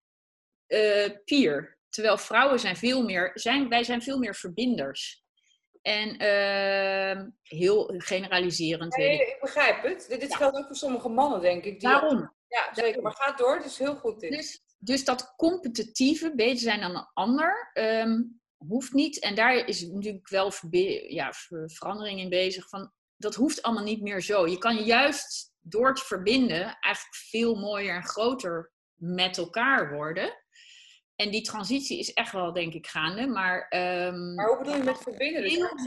peer. Terwijl vrouwen wij zijn veel meer verbinders. En heel generaliserend. Nee, ik begrijp het. Dit geldt ook voor sommige mannen, denk ik. Waarom? Ja, zeker. Maar ga door, het is heel goed dit. Dus dat competitieve, beter zijn dan een ander, hoeft niet. En daar is natuurlijk wel verandering in bezig. Dat hoeft allemaal niet meer zo. Je kan juist door te verbinden eigenlijk veel mooier en groter met elkaar worden. En die transitie is echt wel, denk ik, gaande. Maar hoe bedoel je met verbinden?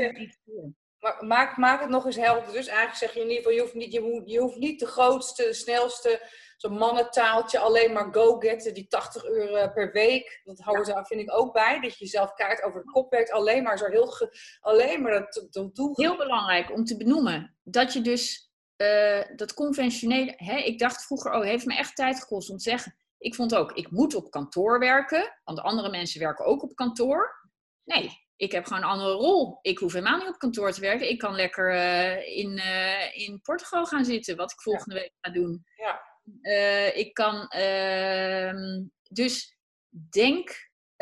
Maak het nog eens helder. Dus eigenlijk zeg je in ieder geval, je hoeft niet de grootste, de snelste, zo'n mannentaaltje, alleen maar go-getten, die 80 uur per week. Dat hoort daar, vind ik, ook bij. Dat je jezelf kaart over de kop werkt. Alleen maar dat doel. Heel belangrijk om te benoemen. Dat je dus dat conventionele... ik dacht vroeger, heeft me echt tijd gekost om te zeggen. Ik vond ook, ik moet op kantoor werken. Want andere mensen werken ook op kantoor. Nee, ik heb gewoon een andere rol. Ik hoef helemaal niet op kantoor te werken. Ik kan lekker in Portugal gaan zitten. Wat ik volgende week ga doen. Ja. Ik kan... dus denk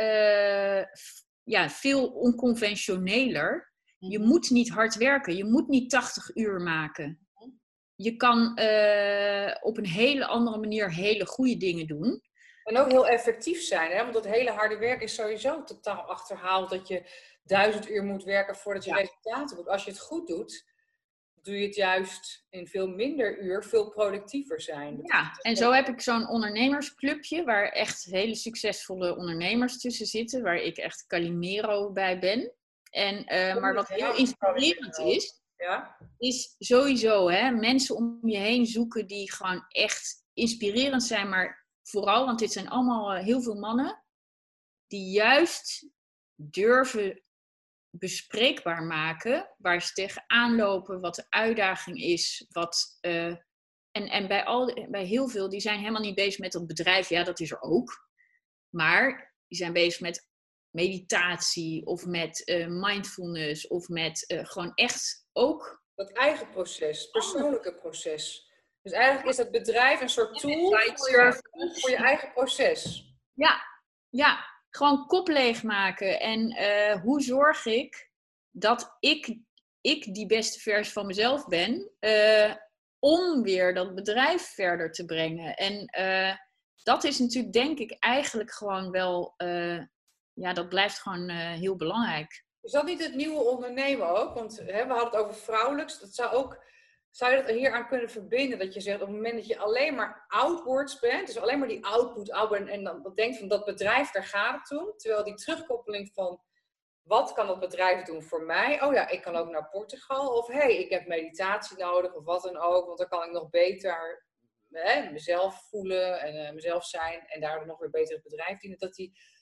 veel onconventioneler. Je moet niet hard werken. Je moet niet 80 uur maken. Je kan op een hele andere manier hele goede dingen doen. En ook heel effectief zijn. Hè? Want dat hele harde werk is sowieso totaal achterhaald. Dat je 1000 uur moet werken voordat je resultaten boekt. Als je het goed doet, doe je het juist in veel minder uur veel productiever zijn. Ja, en zo heb ik zo'n ondernemersclubje waar echt hele succesvolle ondernemers tussen zitten. Waar ik echt Calimero bij ben. En, maar wat heel inspirerend is sowieso mensen om je heen zoeken die gewoon echt inspirerend zijn. Maar vooral, want dit zijn allemaal heel veel mannen die juist durven bespreekbaar maken waar ze tegenaan lopen, wat de uitdaging is, en bij heel veel, die zijn helemaal niet bezig met dat bedrijf, ja, dat is er ook, maar die zijn bezig met meditatie of met mindfulness of met gewoon echt ook dat eigen proces, persoonlijke proces. Dus eigenlijk is dat bedrijf een soort tool voor je eigen proces. Ja, gewoon kop leegmaken. En hoe zorg ik dat ik die beste versie van mezelf ben, om weer dat bedrijf verder te brengen. En dat is natuurlijk, denk ik, eigenlijk gewoon wel, dat blijft gewoon heel belangrijk. Is dat niet het nieuwe ondernemen ook? Want we hadden het over vrouwelijks. Zou je dat hier aan kunnen verbinden? Dat je zegt, op het moment dat je alleen maar outwards bent, dus alleen maar die output, en dan denkt van dat bedrijf, daar gaat het om. Terwijl die terugkoppeling van, wat kan dat bedrijf doen voor mij? Oh ja, ik kan ook naar Portugal. Of ik heb meditatie nodig, of wat dan ook. Want dan kan ik nog beter mezelf voelen en mezelf zijn. En daardoor nog weer beter het bedrijf dienen. Dat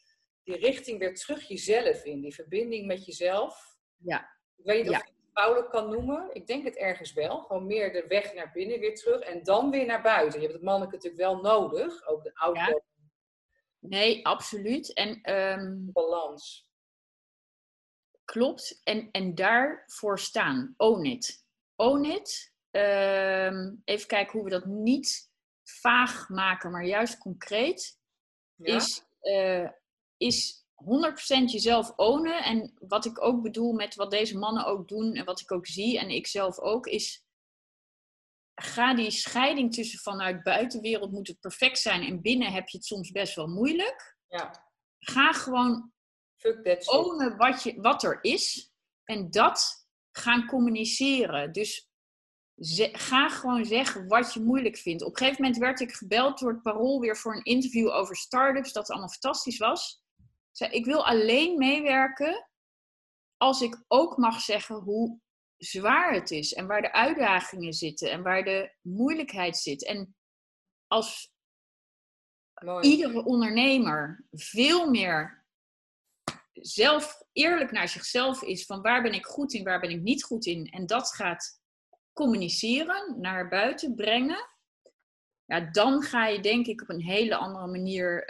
die richting weer terug jezelf in. Die verbinding met jezelf. Ja. Ik weet niet of Ja. je het vrouwelijk kan noemen. Ik denk het ergens wel. Gewoon meer de weg naar binnen weer terug. En dan weer naar buiten. Je hebt het mannelijke natuurlijk wel nodig. Ook de outdoor Nee, absoluut. En balans. klopt. En daarvoor staan. Own it. Own it. Even kijken hoe we dat niet vaag maken, maar juist concreet. Ja? Is 100% jezelf ownen. En wat ik ook bedoel met wat deze mannen ook doen en wat ik ook zie en ik zelf ook, is ga die scheiding tussen vanuit buitenwereld moet het perfect zijn en binnen heb je het soms best wel moeilijk. Ja. Ga gewoon Fuck that shit. ownen wat er is en dat gaan communiceren. Dus ga gewoon zeggen wat je moeilijk vindt. Op een gegeven moment werd ik gebeld door het Parool weer voor een interview over start-ups, dat allemaal fantastisch was. Ik zei, ik wil alleen meewerken als ik ook mag zeggen hoe zwaar het is en waar de uitdagingen zitten en waar de moeilijkheid zit. En als Mooi. iedere ondernemer veel meer zelf eerlijk naar zichzelf is van waar ben ik goed in, waar ben ik niet goed in en dat gaat communiceren, naar buiten brengen, ja, dan ga je denk ik op een hele andere manier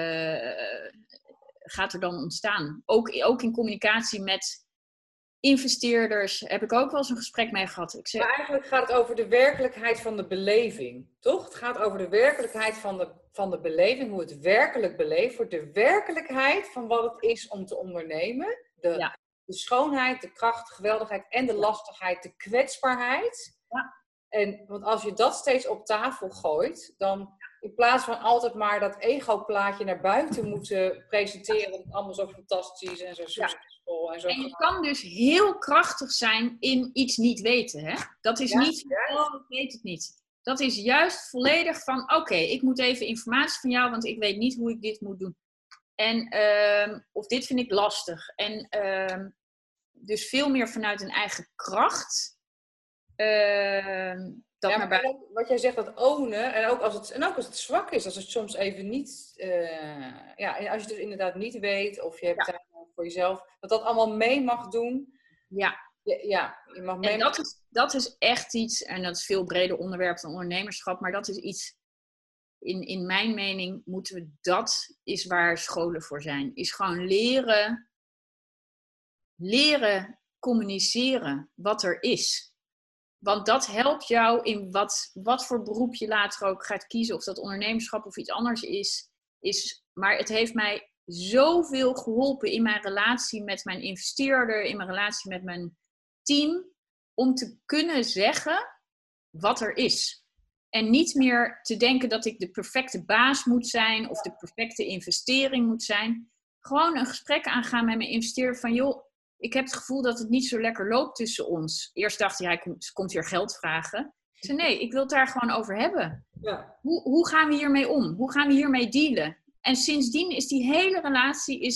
gaat er dan ontstaan. Ook in communicatie met investeerders heb ik ook wel eens een gesprek mee gehad. Ik zeg, Maar eigenlijk gaat het over de werkelijkheid van de beleving, toch? Het gaat over de werkelijkheid van de beleving, hoe het werkelijk beleefd wordt. De werkelijkheid van wat het is om te ondernemen. De schoonheid, de kracht, de geweldigheid en de lastigheid, de kwetsbaarheid. Ja. Want als je dat steeds op tafel gooit, dan in plaats van altijd maar dat ego-plaatje naar buiten moeten presenteren, dat het allemaal zo fantastisch en zo succesvol en zo. En je kan dus heel krachtig zijn in iets niet weten. Hè? Dat is niet van, oh, ik weet het niet. Dat is juist volledig van, oké, ik moet even informatie van jou, want ik weet niet hoe ik dit moet doen. En, of dit vind ik lastig. En dus veel meer vanuit een eigen kracht. Wat jij zegt, dat ownen, en ook als het zwak is, als het soms even niet, en als je het dus inderdaad niet weet, of je hebt tijd voor jezelf, dat allemaal mee mag doen. Ja. Je mag mee. En dat is echt iets, en dat is veel breder onderwerp dan ondernemerschap, maar dat is iets, in mijn mening, dat is waar scholen voor zijn. Is gewoon leren communiceren wat er is. Want dat helpt jou in wat voor beroep je later ook gaat kiezen. Of dat ondernemerschap of iets anders is. Maar het heeft mij zoveel geholpen in mijn relatie met mijn investeerder. In mijn relatie met mijn team. Om te kunnen zeggen wat er is. En niet meer te denken dat ik de perfecte baas moet zijn. Of de perfecte investering moet zijn. Gewoon een gesprek aangaan met mijn investeerder van joh. Ik heb het gevoel dat het niet zo lekker loopt tussen ons. Eerst dacht hij komt hier geld vragen. Ik zei, nee, ik wil het daar gewoon over hebben. Ja. Hoe gaan we hiermee om? Hoe gaan we hiermee dealen? En sindsdien is die hele relatie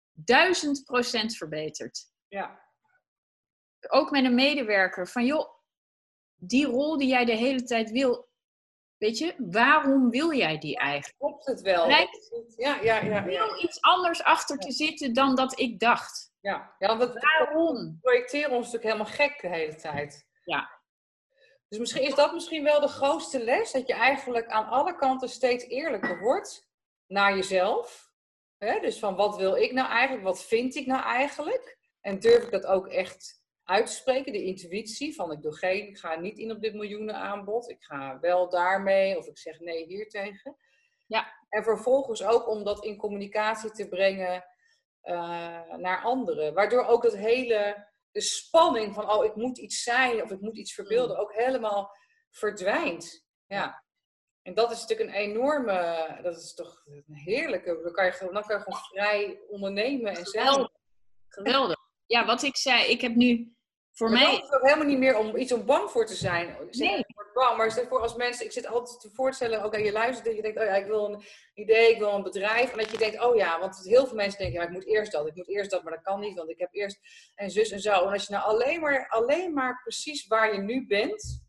1000% verbeterd. Ja. Ook met een medewerker. Van joh, die rol die jij de hele tijd wil. Weet je, waarom wil jij die eigenlijk? Klopt het wel? Er wil iets anders achter te zitten dan dat ik dacht. Ja, waarom? We projecteren ons natuurlijk helemaal gek de hele tijd. Ja. Dus misschien is dat wel de grootste les. Dat je eigenlijk aan alle kanten steeds eerlijker wordt naar jezelf. Dus van wat wil ik nou eigenlijk? Wat vind ik nou eigenlijk? En durf ik dat ook echt uit te spreken? De intuïtie van ik ga niet in op dit miljoenenaanbod. Ik ga wel daarmee. Of ik zeg nee hier tegen. Ja. En vervolgens ook om dat in communicatie te brengen naar anderen. Waardoor ook de spanning van ik moet iets zijn of ik moet iets verbeelden ook helemaal verdwijnt. Ja. En dat is natuurlijk een enorme, dat is toch een heerlijke, dan kan je gewoon vrij ondernemen en zijn. Geweldig. Ja, wat ik zei, ik heb nu voor mij... Het is ook helemaal niet meer om bang voor te zijn. Nee. Ik word bang, maar stel voor als mensen, ik zit altijd te voorstellen, oké, je luistert en je denkt, ik wil een idee, ik wil een bedrijf. En dat je denkt, want heel veel mensen denken, ik moet eerst dat, maar dat kan niet, want ik heb eerst en zus en zo. En als je nou alleen maar precies waar je nu bent,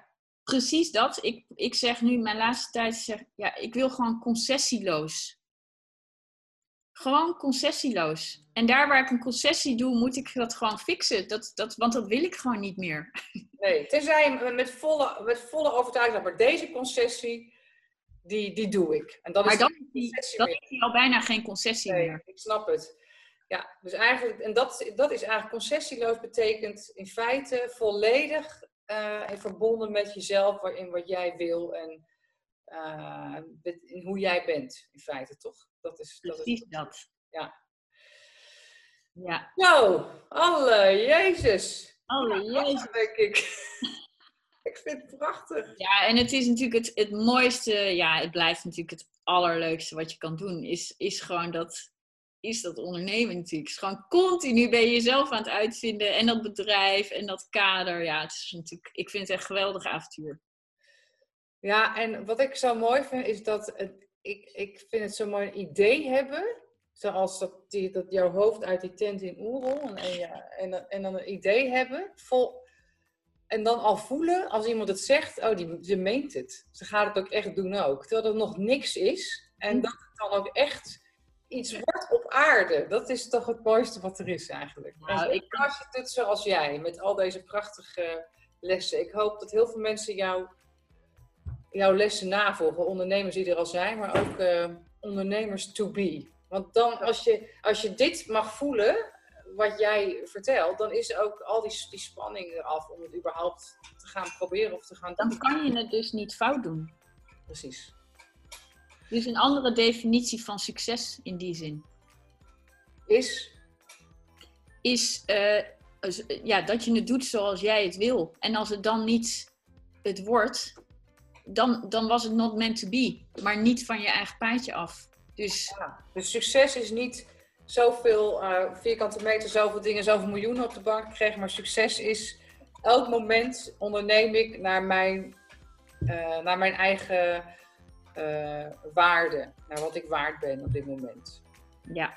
precies dat. Ik zeg nu in mijn laatste tijd, ik wil gewoon concessieloos Gewoon concessieloos. En daar waar ik een concessie doe, moet ik dat gewoon fixen. Want dat wil ik gewoon niet meer. Nee, tenzij je met volle overtuiging, maar deze concessie, die doe ik. En dat maar is dan geen concessie is meer. die al bijna geen concessie meer. Ik snap het. Ja, dus eigenlijk, en dat is eigenlijk concessieloos betekent in feite volledig en verbonden met jezelf, in wat jij wil en in hoe jij bent, in feite, toch? Precies dat. Ja. Ja. Nou, Jezus. Jezus. Denk ik. Ik vind het prachtig. Ja, en het is natuurlijk het mooiste, ja, het blijft natuurlijk het allerleukste wat je kan doen, is gewoon dat ondernemen natuurlijk. Het is gewoon continu ben je jezelf aan het uitvinden en dat bedrijf en dat kader. Ja, het is natuurlijk, ik vind het echt een geweldig avontuur. Ja, en wat ik zo mooi vind is dat ik vind het zo mooi een idee hebben. Zoals dat jouw hoofd uit die tent in Oerol en dan een idee hebben. En dan al voelen als iemand het zegt, ze meent het. Ze gaat het ook echt doen ook. Terwijl er nog niks is. En dat het dan ook echt iets wordt op aarde. Dat is toch het mooiste wat er is eigenlijk. Nou, als je het doet zoals jij, met al deze prachtige lessen. Ik hoop dat heel veel mensen jouw lessen navolgen. Ondernemers die er al zijn, maar ook ondernemers to be. Want dan, als je dit mag voelen, wat jij vertelt, dan is ook al die spanning eraf om het überhaupt te gaan proberen of te gaan doen. Dan kan je het dus niet fout doen. Precies. Dus een andere definitie van succes in die zin. Is dat je het doet zoals jij het wil. En als het dan niet het wordt, dan was het not meant to be. Maar niet van je eigen paadje af. Dus succes is niet zoveel vierkante meter, zoveel dingen, zoveel miljoenen op de bank gekregen. Maar succes is elk moment onderneem ik naar mijn eigen waarde. Naar wat ik waard ben op dit moment. Ja.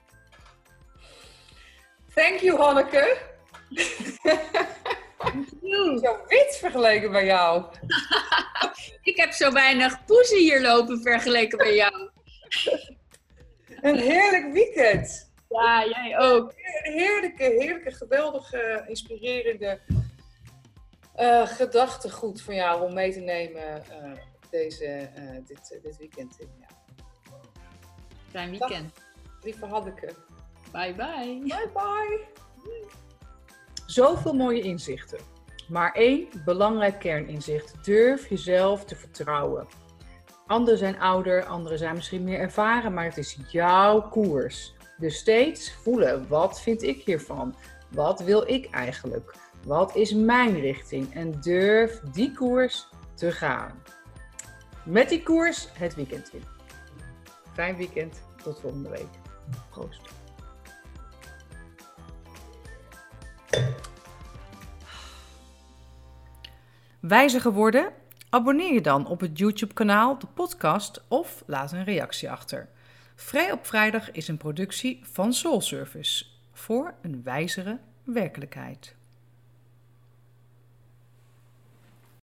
Thank you, Hanneke. Zo wit vergeleken bij jou. Ik heb zo weinig poezen hier lopen vergeleken bij jou. Een heerlijk weekend. Ja, jij ook. Heerlijke, geweldige, inspirerende gedachtegoed van jou om mee te nemen dit weekend. Ja. Fijn weekend. Lieve Hanneke. Bye bye. Bye bye. Zoveel mooie inzichten. Maar 1 belangrijk kerninzicht. Durf jezelf te vertrouwen. Anderen zijn ouder, anderen zijn misschien meer ervaren, maar het is jouw koers. Dus steeds voelen, wat vind ik hiervan? Wat wil ik eigenlijk? Wat is mijn richting? En durf die koers te gaan. Met die koers het weekend in. Fijn weekend, tot volgende week. Proost. Wijzer geworden? Abonneer je dan op het YouTube-kanaal, de podcast of laat een reactie achter. Vrij op Vrijdag is een productie van Soul Service voor een wijzere werkelijkheid.